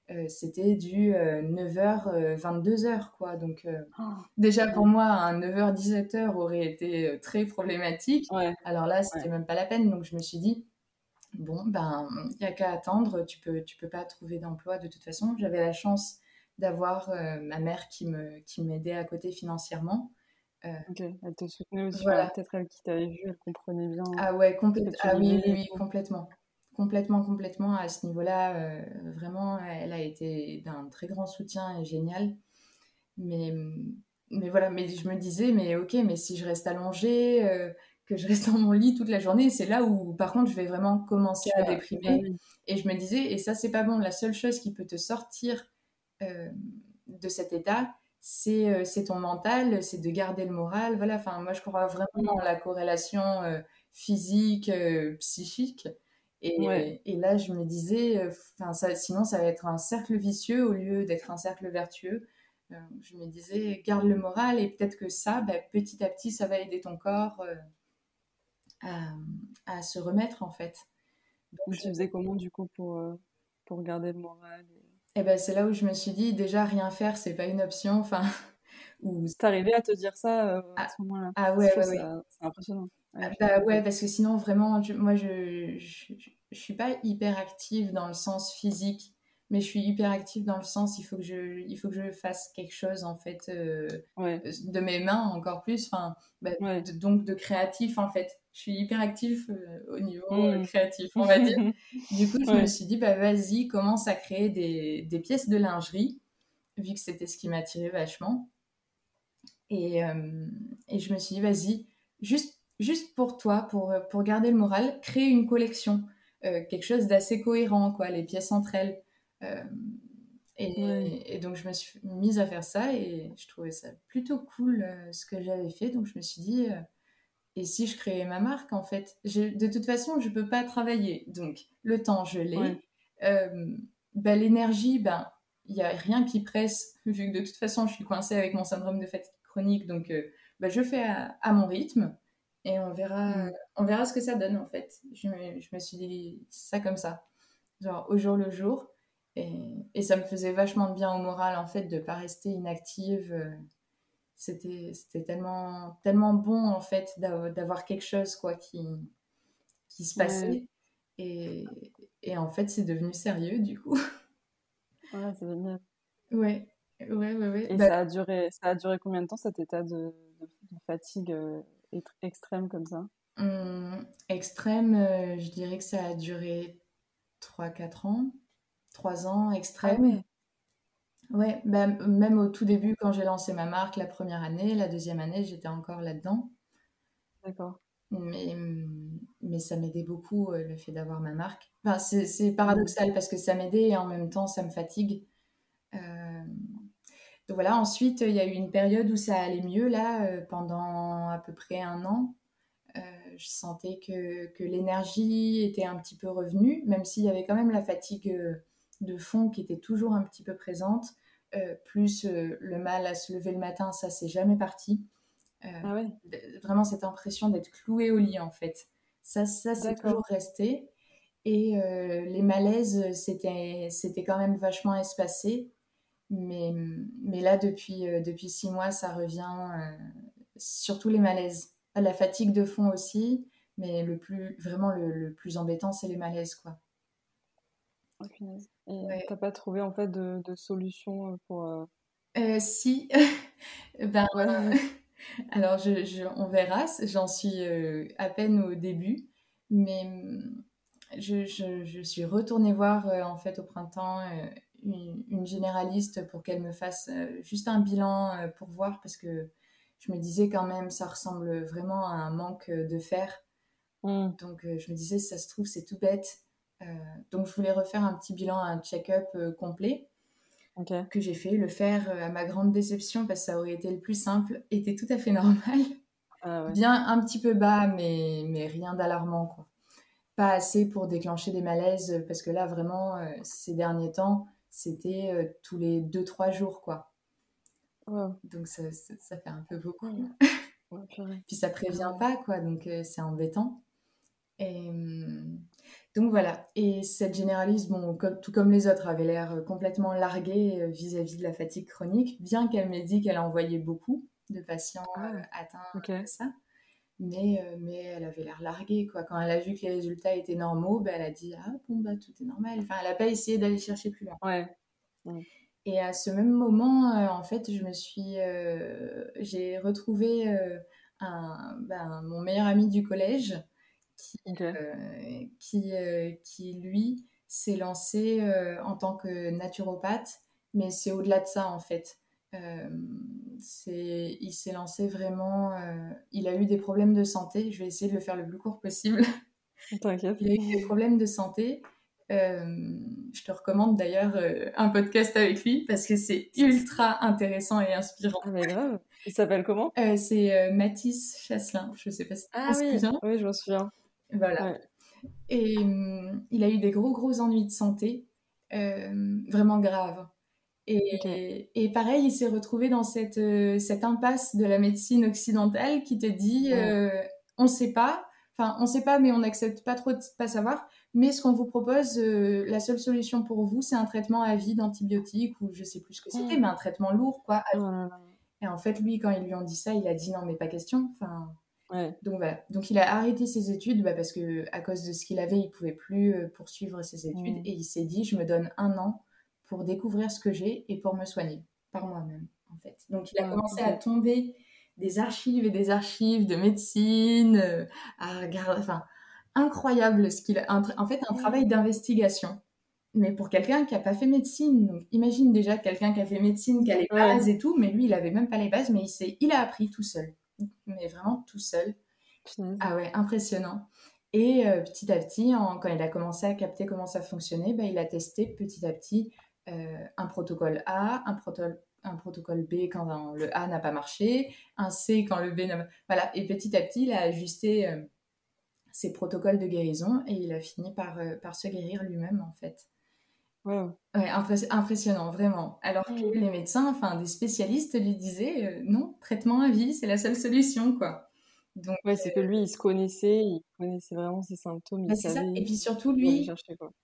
c'était du 9h, 22h, quoi. Donc, Oh, déjà, pour ouais. moi, un 9h, 17h aurait été très problématique. Ouais, Alors là, ouais. c'était même pas la peine. Donc, je me suis dit, bon, ben, il n'y a qu'à attendre. Tu peux pas trouver d'emploi de toute façon. J'avais la chance d'avoir ma mère qui m'aidait à côté financièrement. Euh, Ok, elle te soutenait aussi, enfin, voilà. peut-être elle qui t'avait vu, elle comprenait bien Ah ouais, ce que tu ah oui, vivais oui, et oui, tout. complètement. Complètement, complètement. À ce niveau-là, vraiment, elle a été d'un très grand soutien et génial. Mais, mais voilà, mais je me disais, mais ok, mais si je reste allongée, que je reste dans mon lit toute la journée, c'est là où, par contre, je vais vraiment commencer à Bah déprimer. oui. Et je me disais, et ça, c'est pas bon. La seule chose qui peut te sortir euh, de cet état, c'est ton mental, c'est de garder le moral. Voilà, enfin, moi, je crois vraiment Mm. en la corrélation physique, psychique. Ouais. Et là, je me disais, enfin, sinon, ça va être un cercle vicieux au lieu d'être un cercle vertueux. Je me disais, garde le moral et peut-être que ça, bah, petit à petit, ça va aider ton corps à, à se remettre en fait. Donc, Mais tu faisais comment du coup pour garder le moral et ben, c'est là où je me suis dit, déjà, rien faire, c'est pas une option. Enfin, ou, T'arrivais à te dire ça à ah, ce moment-là? ah Je ouais, trouve ouais, ouais. ça c'est impressionnant. Ouais, Ah, purée, bah ok. ouais, parce que sinon, vraiment, je suis pas hyper active dans le sens physique, mais je suis hyper active dans le sens, il faut que je fasse quelque chose, en fait, Ouais, de mes mains encore plus, enfin, bah, ouais. donc de créatif, en fait. Je suis hyper active au niveau Mm. créatif, on va dire. Du coup, je me Ouais, suis dit, bah vas-y, commence à créer des pièces de lingerie, vu que c'était ce qui m'attirait vachement. Et, euh, et je me suis dit, vas-y, juste pour toi, pour garder le moral, crée une collection, quelque chose d'assez cohérent, quoi, les pièces entre elles. Euh, ouais. et donc, je me suis mise à faire ça et je trouvais ça plutôt cool ce que j'avais fait. Donc, je me suis dit, et si je créais ma marque, en fait, de toute façon, je ne peux pas travailler. Donc, le temps, je Ouais. l'ai. Euh, bah, l'énergie, ben, il n'y a rien qui presse, vu que de toute façon, je suis coincée avec mon syndrome de fatigue chronique. Donc, bah, je fais à mon rythme et Mm. on verra ce que ça donne, en fait. Je me suis dit ça comme ça, genre au jour le jour. Et ça me faisait vachement de bien au moral, en fait, de ne pas rester inactive. C'était tellement, tellement bon, en fait, d'avoir quelque chose, quoi, qui se Ouais. passait. Et en fait, c'est devenu sérieux, du coup. Ouais, c'est génial. Ouais, ouais, ouais, ouais. Et Bah, ça a duré combien de temps cet état de fatigue extrême comme ça? extrême, je dirais que ça a duré 3 4 ans. 3 ans, Ah extrême. ouais, Ouais, bah, même au tout début, quand j'ai lancé ma marque, la première année, la deuxième année, j'étais encore là-dedans. d'accord. Mais, mais ça m'aidait beaucoup, le fait d'avoir ma marque. Enfin, c'est Mm. paradoxal parce que ça m'aidait et en même temps, ça me fatigue. Euh, donc voilà, ensuite, il y a eu une période où ça allait mieux, là, pendant à peu près un an. Euh, je sentais que l'énergie était un petit peu revenue, même s'il y avait quand même la fatigue de fond qui était toujours un petit peu présente. Plus le mal à se lever le matin, ça, c'est jamais parti. Euh, Ah ouais, vraiment cette impression d'être cloué au lit en fait. Ça c'est toujours d'accord. resté. Et les malaises, c'était quand même vachement espacé. Mais là, depuis 6 mois, ça revient. Surtout les malaises. La fatigue de fond aussi. Mais vraiment le plus embêtant, c'est les malaises, quoi. Oh, punaise. Et Ouais. t'as pas trouvé en fait de solution pour... Si, ben, Ouais, alors on verra. J'en suis à peine au début. Mais je suis retournée voir en fait au printemps une généraliste pour qu'elle me fasse juste un bilan pour voir parce que je me disais quand même ça ressemble vraiment à un manque de fer. Mm. Donc je me disais si ça se trouve c'est tout bête. Euh, donc je voulais refaire un petit bilan, un check-up complet Ok. que j'ai fait. Le faire à ma grande déception parce que ça aurait été le plus simple, était tout à fait normal. Ah ouais. Bien un petit peu bas mais rien d'alarmant quoi. Pas assez pour déclencher des malaises, parce que là, vraiment, ces derniers temps, c'était tous les 2 3 jours, quoi. Wow. Donc ça fait un peu beaucoup. Mm. Ouais, purée. Puis ça Ah prévient ouais. pas, quoi, donc c'est embêtant. Et donc voilà. Et cette généraliste, bon, tout comme les autres, avait l'air complètement larguée vis-à-vis de la fatigue chronique, bien qu'elle m'ait dit qu'elle envoyait beaucoup de patients Ah, atteints ok. de ça. Mais elle avait l'air larguée, quoi. Quand elle a vu que les résultats étaient normaux, bah, elle a dit ah bon bah tout est normal. Enfin, elle n'a pas essayé d'aller chercher plus loin. Ouais. Mm. Et à ce même moment, en fait, j'ai retrouvé mon meilleur ami du collège qui, Ok. qui lui s'est lancé en tant que naturopathe, mais c'est au-delà de ça en fait. Euh, il s'est lancé vraiment. Il a eu des problèmes de santé. Je vais essayer de le faire le plus court possible. T'inquiète. Il a eu des problèmes de santé. Je te recommande d'ailleurs un podcast avec lui parce que c'est ultra intéressant et inspirant. Ah, mais grave. Il s'appelle comment? C'est Mathis Chasselin. Je sais pas si tu t'en Ah oui, souviens. oui, je me souviens. Voilà. Ouais. Et il a eu des gros ennuis de santé, vraiment graves. Ok. Et pareil, il s'est retrouvé dans cette impasse de la médecine occidentale qui te dit Mm. on sait pas, enfin on sait pas, mais on n'accepte pas trop de pas savoir. Mais ce qu'on vous propose, la seule solution pour vous, c'est un traitement à vie d'antibiotiques ou je sais plus ce que c'était, Mm. mais un traitement lourd quoi. Oh là là. Et en fait, lui, quand ils lui ont dit ça, il a dit non, mais pas question. Enfin, Ouais. donc voilà. Donc il a arrêté ses études parce que à cause de ce qu'il avait, il pouvait plus poursuivre ses études Mm. et il s'est dit je me donne 1 an pour découvrir ce que j'ai et pour me soigner par moi-même en fait. Donc il a Ah, commencé ok. à tomber des archives et des archives de médecine, à regarder, enfin incroyable ce qu'il a, en fait un travail Mm. d'investigation. Mais pour quelqu'un qui n'a pas fait médecine, donc imagine déjà quelqu'un qui a fait médecine, qui a les Ouais. bases et tout, mais lui il avait même pas les bases, mais il a appris tout seul, mais vraiment tout seul. Punaise. Ah ouais, impressionnant. Et petit à petit, quand il a commencé à capter comment ça fonctionnait, bah, il a testé petit à petit un protocole A, un protocole B quand le A n'a pas marché, un C quand le B n'a pas... Voilà, et petit à petit, il a ajusté ses protocoles de guérison et il a fini par se guérir lui-même, en fait. Wow. Ouais, impressionnant, vraiment. Alors que Mm. les médecins, enfin des spécialistes lui disaient non, traitement à vie, c'est la seule solution, quoi. Donc, Ouais, c'est que lui, il connaissait vraiment ses symptômes, il bah, c'est ça. Et savait puis surtout, où aller lui, chercher, quoi.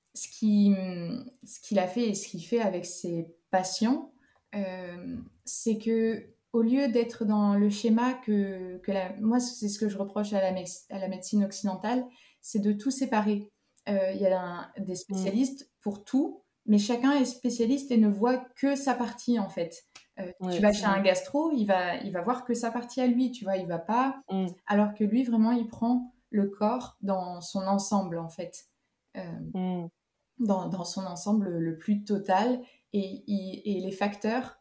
ce qu'il a fait et ce qu'il fait avec ses patients, c'est que au lieu d'être dans le schéma moi, c'est ce que je reproche à la médecine occidentale, c'est de tout séparer. Il y a des Mm. spécialistes pour tout, mais chacun est spécialiste et ne voit que sa partie, en fait. Tu Ouais, vas c'est chez un vrai. gastro, il va voir que sa partie à lui, tu vois, il va pas... Mm. Alors que lui, vraiment, il prend le corps dans son ensemble, en fait. Euh, Mm. dans son ensemble le plus total et les facteurs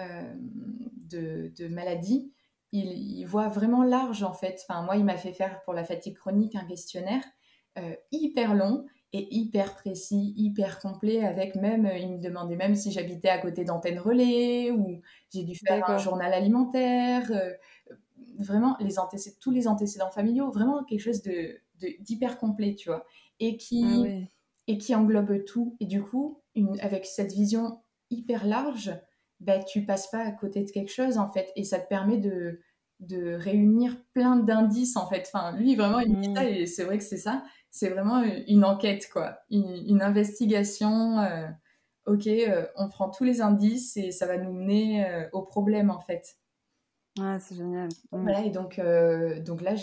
de maladie, il voit vraiment large en fait. Enfin, moi, il m'a fait faire pour la fatigue chronique un questionnaire hyper long et hyper précis, hyper complet, avec même, il me demandait même si j'habitais à côté d'antennes relais ou j'ai dû faire un D'accord. journal alimentaire, vraiment tous les antécédents familiaux, vraiment quelque chose d'hyper complet, tu vois, et Ah qui ouais. et qui englobe tout. Et du coup, avec cette vision hyper large, bah, tu passes pas à côté de quelque chose, en fait. Et ça te permet de réunir plein d'indices, en fait. Enfin, lui, vraiment, il me dit ça, Mm. et c'est vrai que c'est ça. C'est vraiment une enquête, quoi. Une investigation. Ok, on prend tous les indices et ça va nous mener au problème, en fait. Ah, c'est génial. Mm. Voilà, et donc là,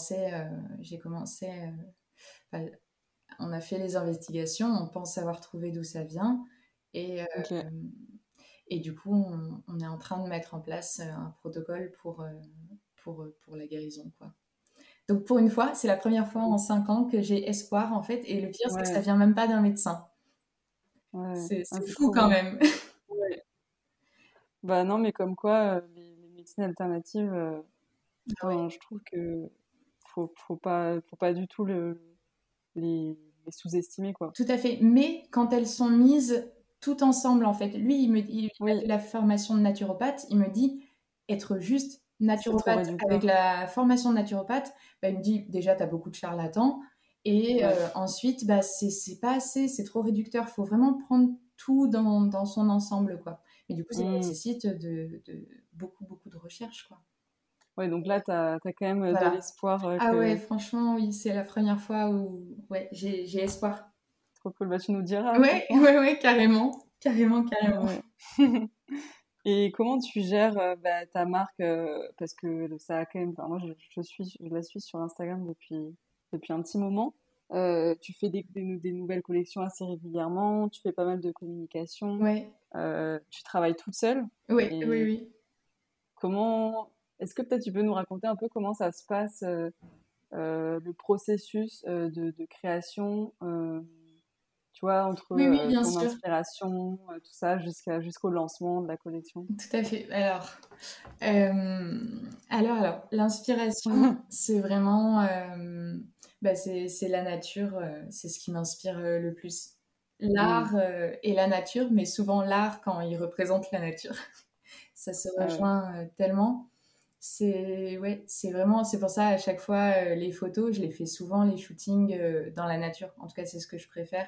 enfin, on a fait les investigations, on pense avoir trouvé d'où ça vient. Et, Ok. et du coup, on est en train de mettre en place un protocole pour la guérison, quoi. Donc pour une fois, c'est la première fois en 5 ans que j'ai espoir, en fait. Et le pire, c'est que ça Ouais, vient même pas d'un médecin. ouais. Ah, C'est c'est fou trop quand bien. même. Ouais. Bah non, mais comme quoi, les médecines alternatives, Ouais, enfin, je trouve que faut pas du tout les sous-estimer, quoi. tout à fait. Mais quand elles sont mises tout ensemble, en fait, lui, il a Oui, fait la formation de naturopathe, il me dit être juste c'est trop naturopathe avec réducteur. la formation de naturopathe, bah, il me dit déjà, tu as beaucoup de charlatans. Et Ouais. ensuite, bah, c'est pas assez, c'est trop réducteur. Il faut vraiment prendre tout dans son ensemble, quoi. Mais du coup, ça Mm. nécessite beaucoup de recherche, quoi. Ouais, donc là, t'as quand même de Voilà. l'espoir Ah ouais, que... franchement, oui, c'est la première fois où ouais, j'ai espoir. Trop cool. Bah, tu nous diras, Ouais, franchement. ouais, ouais, carrément. Carrément, carrément. Ouais. Et comment tu gères ta marque parce que ça a quand même... Enfin, moi, je la suis sur Instagram depuis un petit moment. Tu fais des nouvelles collections assez régulièrement. Tu fais pas mal de communication. Ouais, Tu travailles toute seule. ouais, oui, Et oui. comment... Est-ce que peut-être tu peux nous raconter un peu comment ça se passe le processus de création, tu vois, entre Oui, oui, bien ton sûr. inspiration, tout ça, jusqu'au lancement de la collection. Tout à fait. L'inspiration, c'est vraiment, bah, c'est la nature, c'est ce qui m'inspire le plus. Mm. L'art et la nature, mais souvent l'art quand il représente la nature. Ça se Ah ouais. rejoint tellement. Ouais, c'est vraiment, c'est pour ça à chaque fois les photos, je les fais souvent les shootings dans la nature. En tout cas, c'est ce que je préfère.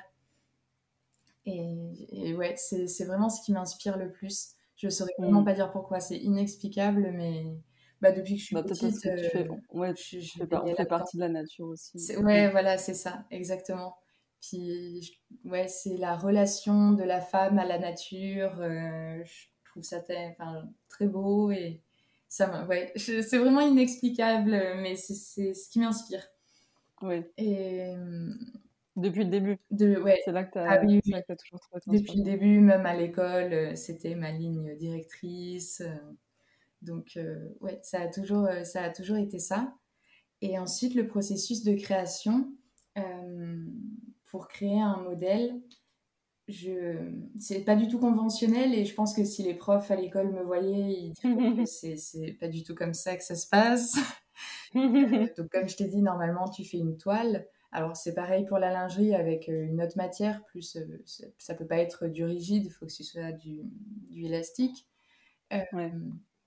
Et ouais, c'est vraiment ce qui m'inspire le plus. Je saurais vraiment Mm. pas dire pourquoi, c'est inexplicable, mais bah, depuis que je suis Bah, peut-être parce petite, que ouais, je on baignais fait là-dedans. partie de la nature aussi. Mm. Ouais, voilà, c'est ça, exactement. Puis, ouais, c'est la relation de la femme à la nature. Je trouve ça enfin, très beau et ouais, c'est vraiment inexplicable, mais c'est ce qui m'inspire. Ouais, Et depuis le début. ouais, ah oui, C'est oui, là que t'as toujours trouvé ton depuis le inspiration. début, même à l'école, c'était ma ligne directrice. Donc, ouais, ça a toujours été ça. Et ensuite, le processus de création, euh, pour créer un modèle, c'est pas du tout conventionnel et je pense que si les profs à l'école me voyaient, ils diraient que c'est pas du tout comme ça que ça se passe. Donc, comme je t'ai dit, normalement, tu fais une toile. Alors, c'est pareil pour la lingerie avec une autre matière, plus ça peut pas être du rigide, il faut que ce soit du élastique. Euh, Ouais.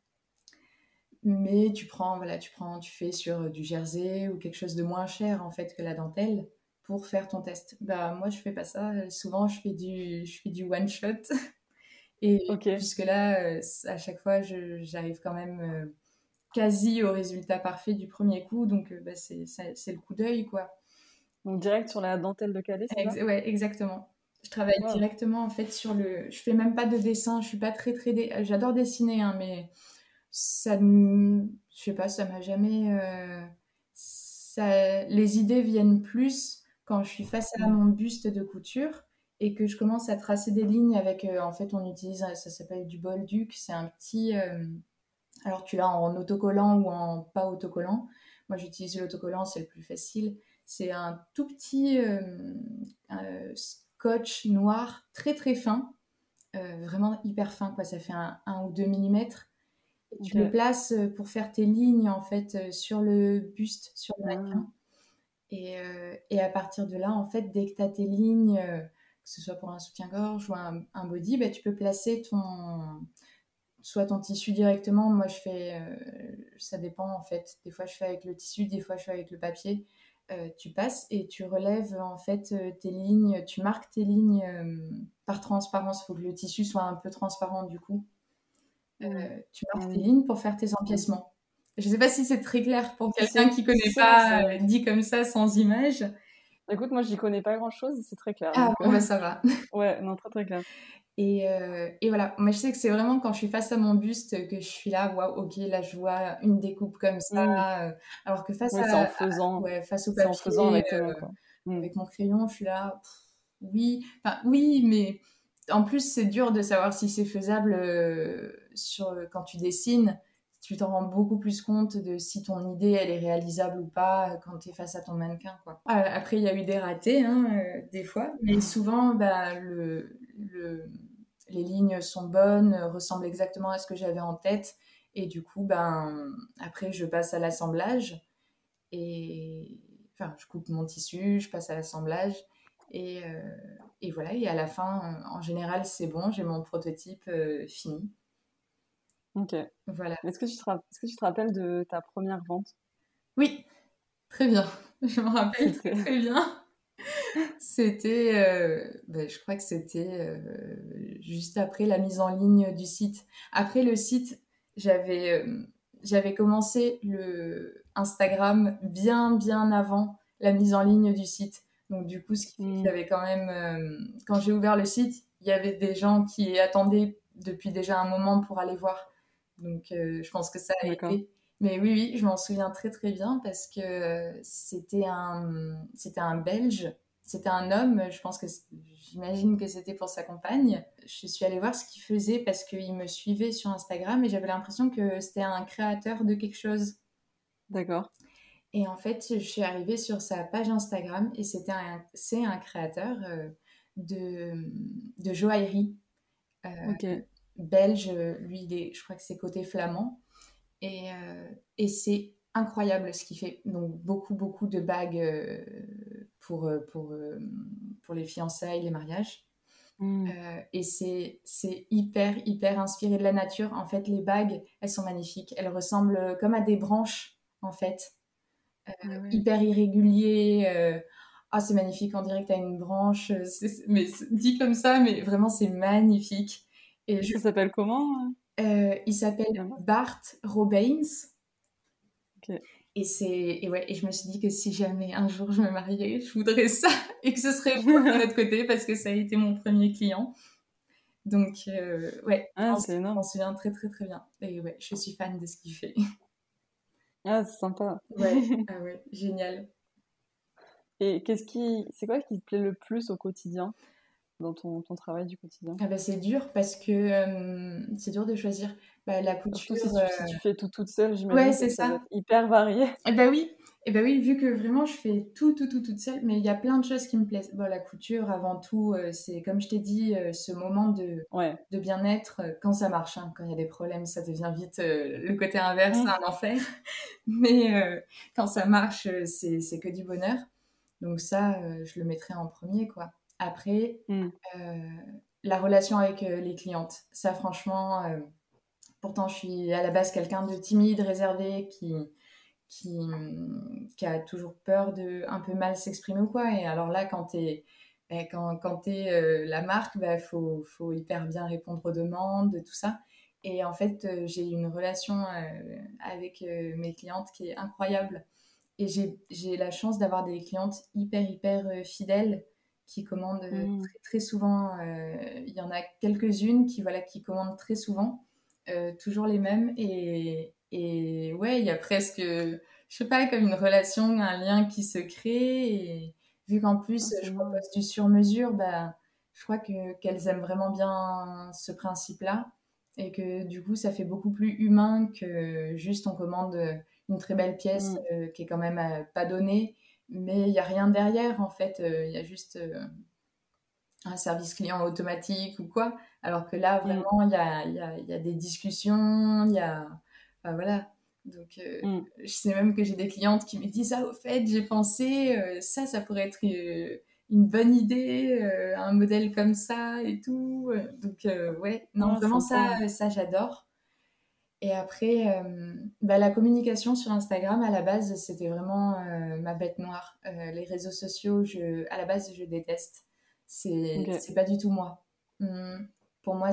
mais voilà, tu fais sur du jersey ou quelque chose de moins cher en fait que la dentelle pour faire ton test. Bah moi je fais pas ça. Souvent je fais du one shot et Ok. jusque là à chaque fois j'arrive quand même quasi au résultat parfait du premier coup. Donc bah, c'est le coup d'œil quoi. Donc direct sur la dentelle de Calais, c'est ça? Ouais, exactement. Je travaille Waouh. directement en fait sur le. Je fais même pas de dessin. Je suis pas J'adore dessiner, hein, mais je sais pas, ça m'a jamais. Les idées viennent plus quand je suis face à Mm. mon buste de couture et que je commence à tracer des lignes avec. En fait, on utilise, ça s'appelle du Bolduc. C'est un petit. Alors, tu l'as en autocollant ou en pas autocollant. Moi, j'utilise l'autocollant, c'est le plus facile. C'est un tout petit scotch noir très très fin, vraiment hyper fin, quoi. Ça fait 1 ou 2 millimètres. Et tu le Ok. places pour faire tes lignes en fait sur le buste, sur le Ah. mannequin. Et à partir de là, en fait, dès que tu as tes lignes, que ce soit pour un soutien-gorge ou un body, bah, tu peux placer soit ton tissu directement. Moi, ça dépend en fait. Des fois, je fais avec le tissu, des fois, je fais avec le papier. Tu passes et tu relèves en fait tes lignes, tu marques tes lignes par transparence. Il faut que le tissu soit un peu transparent du coup. Mm. Tu Ah marques tes oui. lignes pour faire tes empiècements. Je ne sais pas si c'est très clair pour Si, quelqu'un qui ne si, connaît si, non, pas, dit comme ça, sans image. Écoute, moi, j'y connais pas grand-chose, c'est très clair. Ah Donc, bon, bah ça va. ouais, non, très très clair. Et voilà, moi je sais que c'est vraiment quand je suis face à mon buste que je suis là, waouh, ok, là je vois une découpe comme Mm. ça. Alors que Oui, ouais, face au c'est en faisant papier, avec tes mains, quoi. Mm. avec mon crayon, je suis là, pff, oui, enfin oui, mais en plus c'est dur de savoir si c'est faisable quand tu dessines. Tu t'en rends beaucoup plus compte de si ton idée elle est réalisable ou pas quand tu es face à ton mannequin, quoi. Après il y a eu des ratés, hein, des fois, mais souvent bah, les lignes sont bonnes, ressemblent exactement à ce que j'avais en tête. Et du coup, ben, après, je passe à l'assemblage. Et enfin, je coupe mon tissu, je passe à l'assemblage. Et, euh, et voilà, et à la fin, en général, c'est bon, j'ai mon prototype fini. Ok. Voilà. Est-ce que tu te rappelles de ta première vente? Oui, très bien. Je me rappelle très, C'était. très bien. C'était, je crois que c'était juste après la mise en ligne du site. Après le site, j'avais, j'avais commencé le Instagram bien avant la mise en ligne du site. Donc du coup, ce qui fait qu'il y avait quand même, quand j'ai ouvert le site, il y avait des gens qui attendaient depuis déjà un moment pour aller voir. Donc je pense que ça a D'accord. aidé. Mais oui, je m'en souviens très bien parce que c'était un Belge, c'était un homme, je pense que j'imagine que c'était pour sa compagne. Je suis allée voir ce qu'il faisait parce qu'il me suivait sur Instagram et j'avais l'impression que c'était un créateur de quelque chose. D'accord. Et en fait, je suis arrivée sur sa page Instagram et c'est un créateur de joaillerie Ok. belge. Lui, je crois que c'est côté flamand. Et c'est incroyable ce qu'il fait. Donc, beaucoup de bagues pour les fiançailles, les mariages. Et c'est hyper inspiré de la nature. En fait, les bagues, elles sont magnifiques. Elles ressemblent comme à des branches, en fait. Ah ouais. Hyper irrégulier. Ah, c'est magnifique, on dirait que tu as une branche. Mais dit comme ça, mais vraiment, c'est magnifique. Et Ça s'appelle comment il s'appelle la marque? Bart Robains. Ok. Et je me suis dit que si jamais un jour je me mariais, je voudrais ça et que ce serait moi de notre côté parce que ça a été mon premier client. Donc, ouais, Ah, je c'est m'en énorme. souviens très bien. Et ouais, je suis fan de ce qu'il fait. Ah, c'est sympa. Ouais, ah ouais, génial. Et c'est quoi qui te plaît le plus au quotidien, dans ton travail du quotidien? Ah bah, c'est dur parce que c'est dur de choisir. Bah, la Surtout couture, si tu fais tout toute seule, ouais, j'imagine que c'est ça doit ça. être hyper varié. Eh ben oui, vu que vraiment je fais tout toute seule, mais il y a plein de choses qui me plaisent. Bon, la couture, avant tout, c'est comme je t'ai dit, ce moment Ouais. de bien-être quand ça marche. Hein. Quand il y a des problèmes, ça devient vite le côté inverse, Mm. un enfer. Mais quand ça marche, c'est que du bonheur. Donc ça, je le mettrai en premier, quoi. Après, Mm. euh, la relation avec les clientes. Ça, franchement, pourtant, je suis à la base quelqu'un de timide, réservé, qui, qui a toujours peur de un peu mal s'exprimer ou quoi. Et alors là, quand t'es la marque, faut hyper bien répondre aux demandes, tout ça. Et en fait, j'ai une relation avec mes clientes qui est incroyable. Et j'ai la chance d'avoir des clientes hyper fidèles qui commandent Mm. très souvent. Il y en a quelques-unes qui commandent très souvent, toujours les mêmes. Et ouais, il y a presque, je sais pas, comme une relation, un lien qui se crée. Et vu qu'en Ah, plus, c'est je énorme. propose du sur-mesure, bah, je crois qu'elles aiment vraiment bien ce principe-là. Et que du coup, ça fait beaucoup plus humain que juste on commande une très belle pièce Mm. qui est quand même pas donnée, mais il n'y a rien derrière en fait. Il y a juste un service client automatique ou quoi. Alors que là, Mm. vraiment, il y a des discussions, il y a. Enfin, voilà. Donc, Mm. je sais même que j'ai des clientes qui me disent: Ah, au fait, j'ai pensé, ça pourrait être une bonne idée, un modèle comme ça et tout. Donc, ouais, non, Ah, vraiment, sympa. ça j'adore. Et après, bah, la communication sur Instagram, à la base, c'était vraiment ma bête noire. Les réseaux sociaux, à la base, je déteste. Ok. C'est pas du tout moi. Pour moi,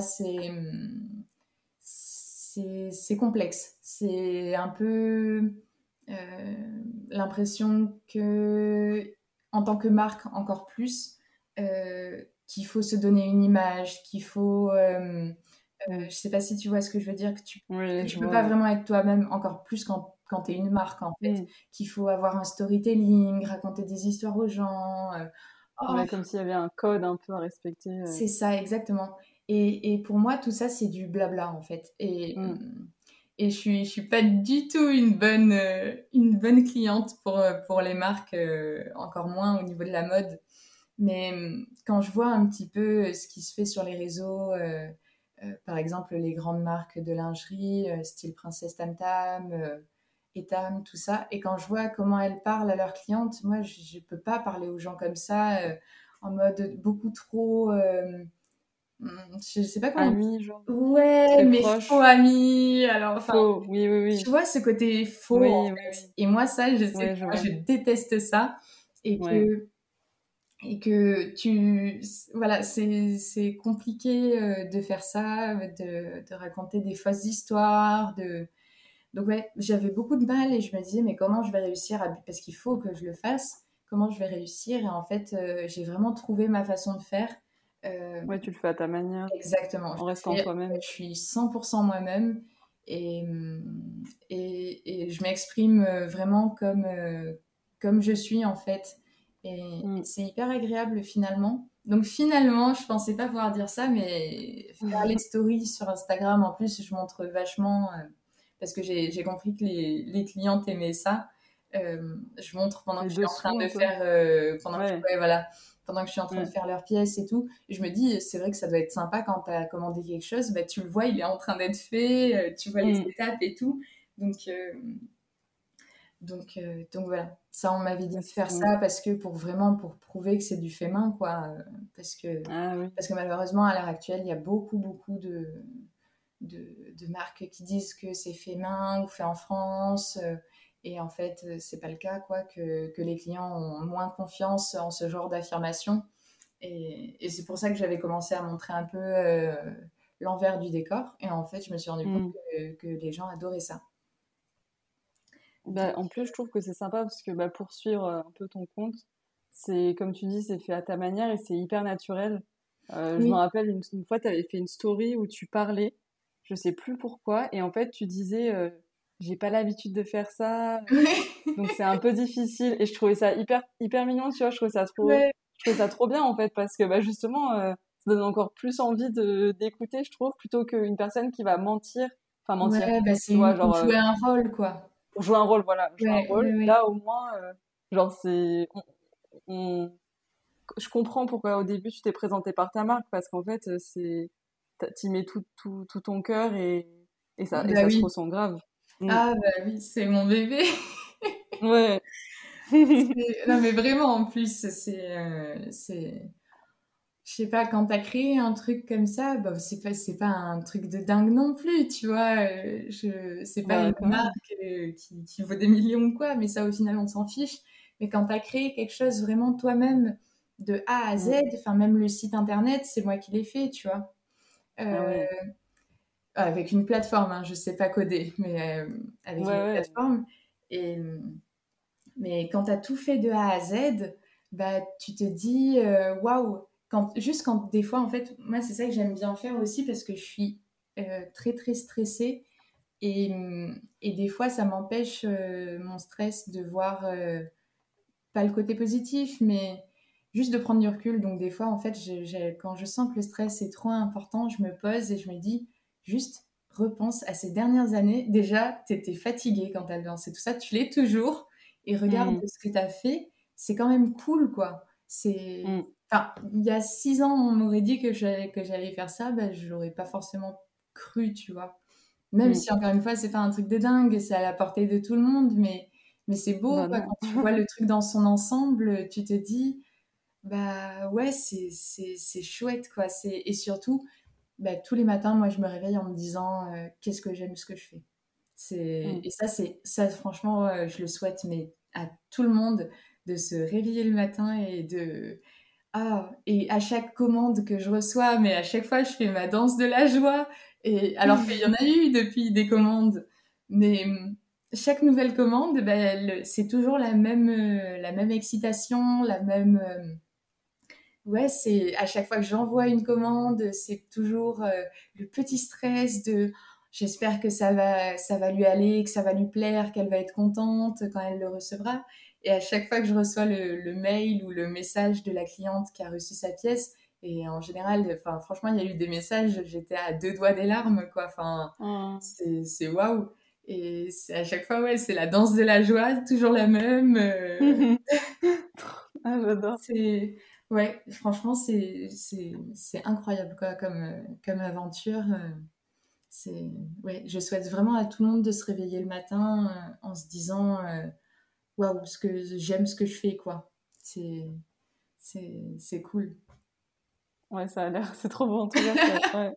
c'est complexe. C'est un peu l'impression que, en tant que marque, encore plus, qu'il faut se donner une image, qu'il faut Mm. je sais pas si tu vois ce que je veux dire, que Oui, je tu peux vois, pas ouais. vraiment être toi-même, encore plus quand tu es une marque, en fait. Mm. Qu'il faut avoir un storytelling, raconter des histoires aux gens. Oh, Ouais, comme s'il y avait un code un peu à respecter. c'est ça, exactement. Et pour moi, tout ça, c'est du blabla, en fait. Mm. Et je suis pas du tout une bonne cliente pour les marques, encore moins au niveau de la mode. Mais quand je vois un petit peu ce qui se fait sur les réseaux, par exemple les grandes marques de lingerie, style Princesse Tam Tam, Etam, tout ça, et quand je vois comment elles parlent à leurs clientes, moi je peux pas parler aux gens comme ça, en mode beaucoup trop, je sais pas comment. Amis, genre, Ouais, très mais faux proches. amis. Alors, enfin, Faux, oui, oui, oui. tu vois ce côté faux en Oui, oui, fait. oui. Et moi, ça, je sais Ouais, je pas, vois. je déteste ça. Et Ouais. voilà, c'est compliqué de faire ça, de raconter des fausses histoires, Donc ouais, j'avais beaucoup de mal et je me disais, mais comment je vais réussir parce qu'il faut que je le fasse, comment je vais réussir? Et en fait, j'ai vraiment trouvé ma façon de faire. Euh, Ouais, tu le fais à ta manière, Exactement, en restant toi-même. je suis 100% moi-même et, et je m'exprime vraiment comme je suis en fait. Et Mm. c'est hyper agréable finalement. Donc finalement, je pensais pas pouvoir dire ça, mais faire les stories sur Instagram, en plus, je montre vachement, parce que j'ai compris que les clientes aimaient ça. Je montre pendant que Les je suis en train dessous un de peu. faire, Ouais, ouais, voilà, pendant que je suis en train de ouais. faire leurs pièces et tout. Et je me dis, c'est vrai que ça doit être sympa quand tu as commandé quelque chose, bah, tu le vois, il est en train d'être fait, tu vois les Mm. étapes et tout. Donc, donc voilà, ça on m'avait dit de faire ça parce que pour prouver que c'est du fait main, quoi. Ah oui. Parce que malheureusement, à l'heure actuelle, il y a beaucoup de marques qui disent que c'est fait main ou fait en France. Et en fait, c'est pas le cas, quoi, que les clients ont moins confiance en ce genre d'affirmation. Et c'est pour ça que j'avais commencé à montrer un peu l'envers du décor. Et en fait, je me suis rendu compte Mm. que les gens adoraient ça. Bah, Donc, en plus, je trouve que c'est sympa parce que bah, pour suivre un peu ton compte, c'est comme tu dis, c'est fait à ta manière et c'est hyper naturel. Je me oui, rappelle une fois, tu avais fait une story où tu parlais, je sais plus pourquoi, et en fait, tu disais, j'ai pas l'habitude de faire ça, donc c'est un peu difficile. Et je trouvais ça hyper mignon, tu vois, ouais, je trouvais ça trop bien en fait, parce que bah, justement, ça donne encore plus envie d'écouter, je trouve, plutôt qu'une personne qui va mentir, enfin mentir, ouais, bah tu vois, pour genre jouer un rôle, quoi. pour jouer un rôle, voilà, jouer un Ouais, rôle. ouais, ouais. Là, au moins, genre, on- je comprends pourquoi au début tu t'es présenté par ta marque, parce qu'en fait, t'y mets tout ton cœur et Bah ça se oui. ressent grave. Mm. Ah, bah oui, c'est mon bébé. Ouais. Non, mais vraiment, en plus, je sais pas, quand t'as créé un truc comme ça, bah, c'est pas un truc de dingue non plus, tu vois. C'est pas Bah, une quand même. marque qui vaut des millions ou quoi, mais ça, au final, on s'en fiche. Mais quand t'as créé quelque chose vraiment toi-même, de A à Z, Mm. enfin, même le site internet, c'est moi qui l'ai fait, tu vois. Ah Euh, ouais. Avec une plateforme, hein, je sais pas coder, mais avec une Ouais, ouais. plateforme. Et, mais quand tu as tout fait de A à Z, bah, tu te dis waouh, juste quand des fois, en fait, moi, c'est ça que j'aime bien faire aussi parce que je suis très stressée et des fois, ça m'empêche mon stress de voir pas le côté positif, mais juste de prendre du recul. Donc, des fois, en fait, quand je sens que le stress est trop important, je me pose et je me dis juste repense à ces dernières années. Déjà, tu étais fatiguée quand tu as lancé tout ça, tu l'es toujours. Et regarde Mm. ce que tu as fait, c'est quand même cool, quoi. Mm. Enfin, il y a 6 ans, on m'aurait dit que j'allais faire ça, ben, je l'aurais pas forcément cru, tu vois. Même Mm. si, encore une fois, c'est pas un truc de dingue, c'est à la portée de tout le monde, mais c'est beau, Bah quoi, non. quand tu vois le truc dans son ensemble, tu te dis, bah ouais, c'est chouette, quoi. Et surtout, bah, tous les matins, moi, je me réveille en me disant, qu'est-ce que j'aime ce que je fais. Mm. Et ça, franchement, je le souhaite, mais à tout le monde, de se réveiller le matin et à chaque commande que je reçois, mais à chaque fois, je fais ma danse de la joie. Et alors qu'il y en a eu depuis des commandes, mais chaque nouvelle commande, ben, c'est toujours la même excitation, la même. Ouais, c'est à chaque fois que j'envoie une commande, c'est toujours le petit stress de. J'espère que ça va lui aller, que ça va lui plaire, qu'elle va être contente quand elle le recevra. Et à chaque fois que je reçois le mail ou le message de la cliente qui a reçu sa pièce, et en général, enfin, franchement, il y a eu des messages, j'étais à 2 doigts des larmes, quoi. Enfin, Ah. c'est waouh. Et à chaque fois, ouais, c'est la danse de la joie, toujours la même. Ah, j'adore. C'est ouais, franchement, c'est incroyable quoi comme aventure. C'est ouais, je souhaite vraiment à tout le monde de se réveiller le matin en se disant waouh, j'aime ce que je fais quoi. C'est cool. Ouais, ça a l'air, c'est trop beau en tout cas, ouais.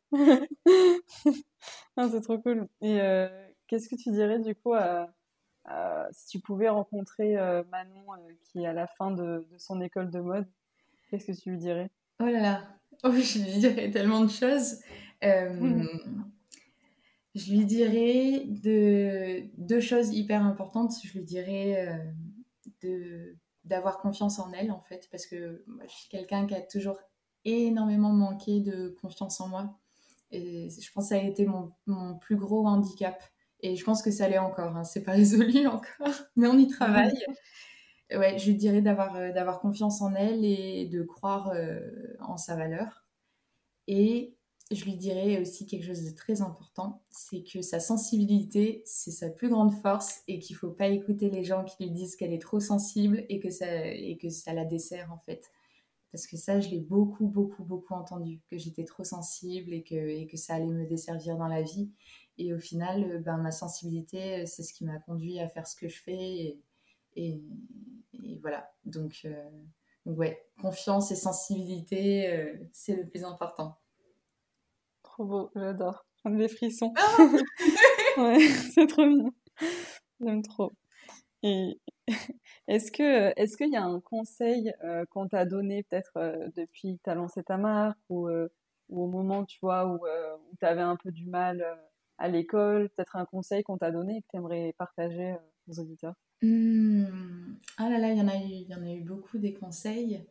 Ah, c'est trop cool. Et qu'est-ce que tu dirais du coup si tu pouvais rencontrer Manon qui est à la fin de son école de mode, qu'est-ce que tu lui dirais? Oh là là, oh, je lui dirais tellement de choses. Euh, Je lui dirais deux choses hyper importantes. Je lui dirais d'avoir confiance en elle, en fait, parce que moi, je suis quelqu'un qui a toujours énormément manqué de confiance en moi. Et je pense que ça a été mon plus gros handicap. Et je pense que ça l'est encore, hein. C'est pas résolu encore, mais on y travaille. Ouais, je lui dirais d'avoir confiance en elle et de croire en sa valeur. Et je lui dirais aussi quelque chose de très important, c'est que sa sensibilité, c'est sa plus grande force et qu'il faut pas écouter les gens qui lui disent qu'elle est trop sensible et que ça la dessert en fait. Parce que ça, je l'ai beaucoup, beaucoup, beaucoup entendu, que j'étais trop sensible et que ça allait me desservir dans la vie. Et au final, ben, ma sensibilité, c'est ce qui m'a conduit à faire ce que je fais. Et, et voilà. Donc, ouais, confiance et sensibilité, c'est le plus important. Trop beau, j'adore. J'en ai des frissons. Ouais, c'est trop mignon. J'aime trop. Et est-ce qu'il y a un conseil qu'on t'a donné peut-être depuis que tu as lancé ta marque ou au moment, tu vois, où tu avais un peu du mal à l'école, peut-être un conseil qu'on t'a donné et que tu aimerais partager aux auditeurs? Ah là là, il y en a eu beaucoup des conseils.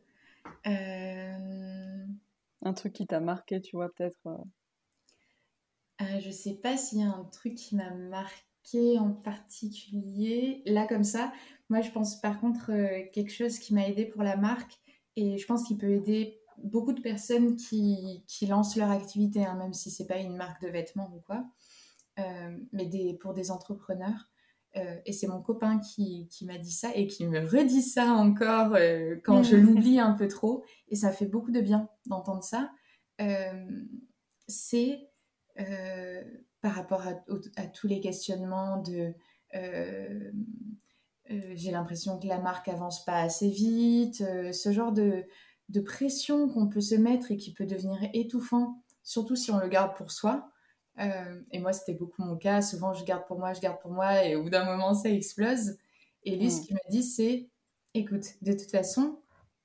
Euh, Un truc qui t'a marqué, tu vois, peut-être. je sais pas s'il y a un truc qui m'a marqué en particulier. Là, comme ça, moi, je pense par contre quelque chose qui m'a aidé pour la marque et je pense qu'il peut aider beaucoup de personnes qui lancent leur activité, hein, même si c'est pas une marque de vêtements ou quoi, mais pour des entrepreneurs. Et c'est mon copain qui m'a dit ça et qui me redit ça encore quand je l'oublie un peu trop. Et ça fait beaucoup de bien d'entendre ça. Euh, c'est euh, par rapport à tous les questionnements de euh, j'ai l'impression que la marque avance pas assez vite, ce genre de pression qu'on peut se mettre et qui peut devenir étouffant, surtout si on le garde pour soi. Et moi, c'était beaucoup mon cas. Souvent, je garde pour moi, et au bout d'un moment, ça explose. Et lui, ce Mm. qu'il me dit, c'est, écoute, de toute façon,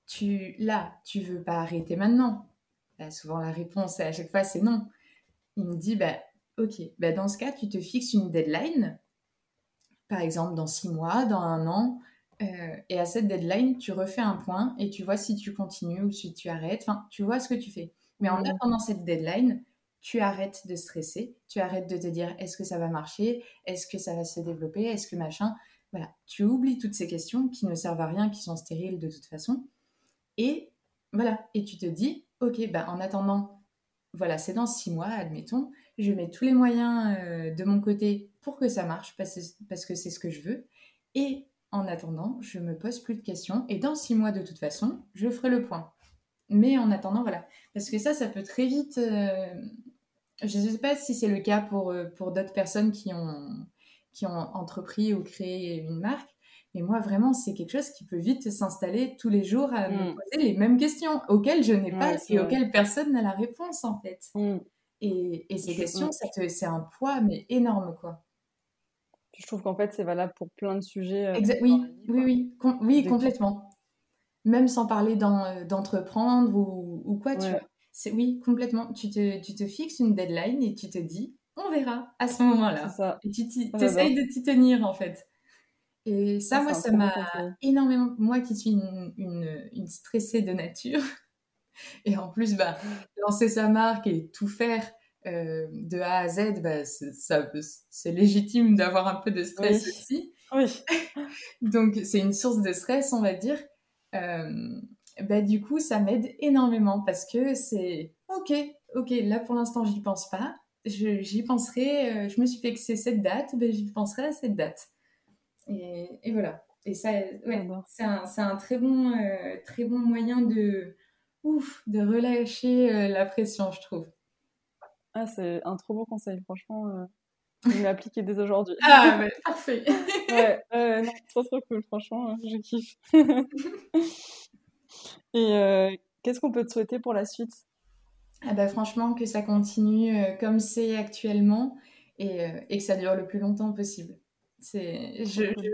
tu veux pas arrêter maintenant. Bah, souvent, la réponse, à chaque fois, c'est non. Il me dit, bah, ok, bah, dans ce cas, tu te fixes une deadline, par exemple dans 6 mois, dans un an, et à cette deadline, tu refais un point et tu vois si tu continues ou si tu arrêtes. Enfin, tu vois ce que tu fais. Mais en Mm. attendant cette deadline, tu arrêtes de stresser, tu arrêtes de te dire est-ce que ça va marcher, est-ce que ça va se développer, est-ce que machin. Voilà, tu oublies toutes ces questions qui ne servent à rien, qui sont stériles de toute façon. Et voilà, et tu te dis, ok, bah, en attendant, voilà, c'est dans 6 mois, admettons, je mets tous les moyens de mon côté pour que ça marche, parce que c'est ce que je veux. Et en attendant, je me pose plus de questions. Et dans 6 mois, de toute façon, je ferai le point. Mais en attendant, voilà. Parce que ça peut très vite. Je ne sais pas si c'est le cas pour d'autres personnes qui ont entrepris ou créé une marque. Mais moi, vraiment, c'est quelque chose qui peut vite s'installer tous les jours à me Mm. poser les mêmes questions auxquelles je n'ai pas Ouais, c'est et vrai. auxquelles personne n'a la réponse, en fait. Mm. Et ces questions, Mm. c'est un poids, mais énorme, quoi. Je trouve qu'en fait, c'est valable pour plein de sujets dans la Oui, vie, oui, quoi. oui, oui, Objectif. complètement. Même sans parler d'entreprendre ou quoi, tu vois. Ouais, Oui, complètement. Tu te fixes une deadline et tu te dis, on verra à ce c'est moment-là. ça. Et tu t'essayes J'adore. de t'y tenir, en fait. Et Ah, ça, c'est moi, un ça trop beau m'a conseil. énormément... Moi qui suis une stressée de nature, et en plus, bah, lancer sa marque et tout faire de A à Z, bah, c'est légitime d'avoir un peu de Oui, stress aussi. oui. Donc, c'est une source de stress, on va dire. Euh, Bah, du coup, ça m'aide énormément parce que c'est OK, OK, là pour l'instant, j'y pense pas. J'y penserai, je me suis fixé cette date, ben, j'y penserai à cette date. Et voilà. Et ça, ouais, J'adore. c'est un très bon moyen de relâcher la pression, je trouve. Ah, c'est un trop beau conseil. Franchement, je vais l'appliquer dès aujourd'hui. Ah, ouais, parfait. Ouais, non, trop trop cool. Franchement, je kiffe. Et qu'est-ce qu'on peut te souhaiter pour la suite? Ah bah franchement, que ça continue comme c'est actuellement et que ça dure le plus longtemps possible. C'est, Trop cool.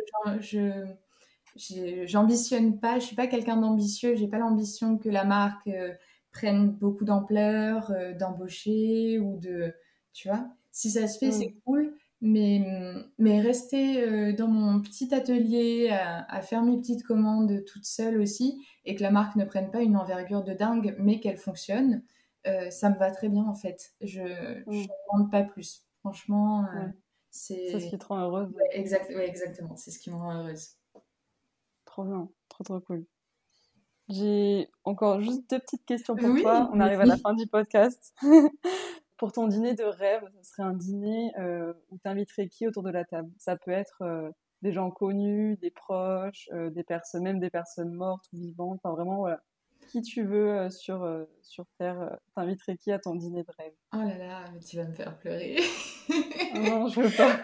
j'ambitionne pas, je suis pas quelqu'un d'ambitieux, j'ai pas l'ambition que la marque prenne beaucoup d'ampleur, d'embaucher ou de, tu vois. Si ça se fait, c'est cool. Mais rester dans mon petit atelier à faire mes petites commandes toute seule aussi, et que la marque ne prenne pas une envergure de dingue, mais qu'elle fonctionne, ça me va très bien en fait. Je ne demande pas plus. Franchement, c'est ce qui te rend heureuse. Ouais, exactement, c'est ce qui me rend heureuse. Trop bien, trop cool. J'ai encore juste 2 petites questions pour toi. On arrive à la fin du podcast. Pour ton dîner de rêve, ce serait un dîner où tu inviterais qui autour de la table? Ça peut être des gens connus, des proches, même des personnes mortes ou vivantes. Enfin, vraiment, voilà. Qui tu veux sur Terre, t'inviterais qui à ton dîner de rêve? Oh là là, mais tu vas me faire pleurer. Non, je veux pas.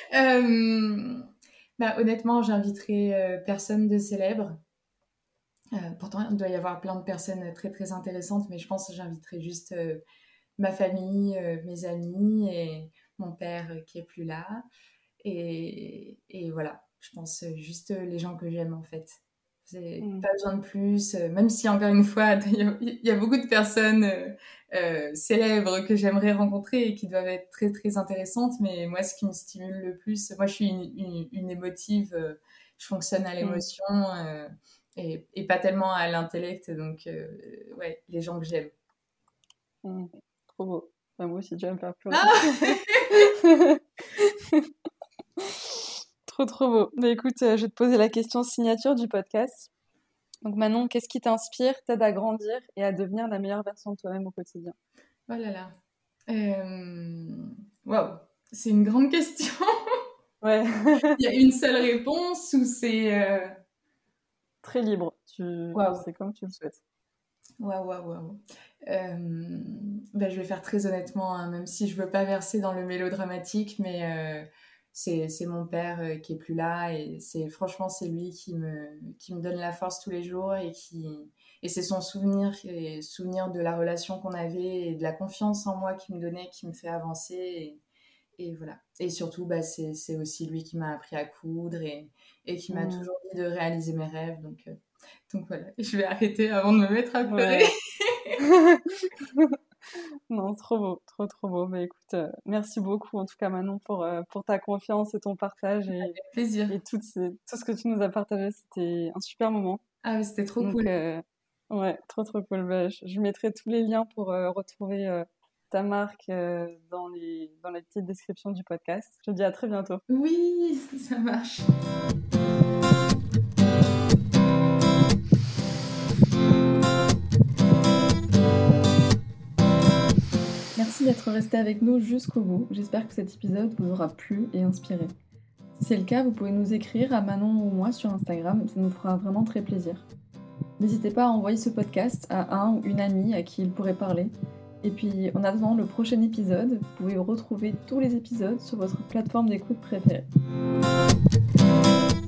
Honnêtement, j'inviterai personne de célèbre. Pourtant, il doit y avoir plein de personnes très très intéressantes, mais je pense que j'inviterai juste ma famille, mes amis et mon père qui est plus là. Et voilà, je pense juste les gens que j'aime en fait. C'est pas besoin de plus, même si encore une fois, il y a beaucoup de personnes célèbres que j'aimerais rencontrer et qui doivent être très très intéressantes, mais moi ce qui me stimule le plus, moi je suis une émotive, je fonctionne à l'émotion et pas tellement à l'intellect, donc ouais, les gens que j'aime. Trop beau. Moi aussi, tu vas me faire pleurer. Trop beau. Mais écoute, je vais te poser la question signature du podcast. Donc Manon, qu'est-ce qui t'inspire, t'aide à grandir et à devenir la meilleure version de toi-même au quotidien? Oh là là. Waouh, c'est une grande question. Ouais. Il y a une seule réponse ou c'est... Très libre. C'est comme tu le souhaites. Waouh. Je vais faire très honnêtement, hein, même si je veux pas verser dans le mélodramatique, mais c'est mon père qui est plus là et franchement c'est lui qui me donne la force tous les jours et c'est son souvenir de la relation qu'on avait et de la confiance en moi qu'il me donnait qui me fait avancer et voilà. Et surtout c'est aussi lui qui m'a appris à coudre et qui m'a toujours dit de réaliser mes rêves, donc voilà, je vais arrêter avant de me mettre à pleurer. Non, trop beau, trop beau. Mais écoute, merci beaucoup en tout cas Manon pour ta confiance et ton partage Avec plaisir. Et tout ce que tu nous as partagé, c'était un super moment. Ah oui, c'était trop cool. Ouais, trop cool. Je mettrai tous les liens pour retrouver ta marque dans la petite description du podcast. Je te dis à très bientôt. Oui, ça marche. Merci d'être resté avec nous jusqu'au bout. J'espère que cet épisode vous aura plu et inspiré. Si c'est le cas, vous pouvez nous écrire à Manon ou moi sur Instagram, ça nous fera vraiment très plaisir. N'hésitez pas à envoyer ce podcast à un ou une amie à qui il pourrait parler. Et puis, en attendant le prochain épisode, vous pouvez retrouver tous les épisodes sur votre plateforme d'écoute préférée.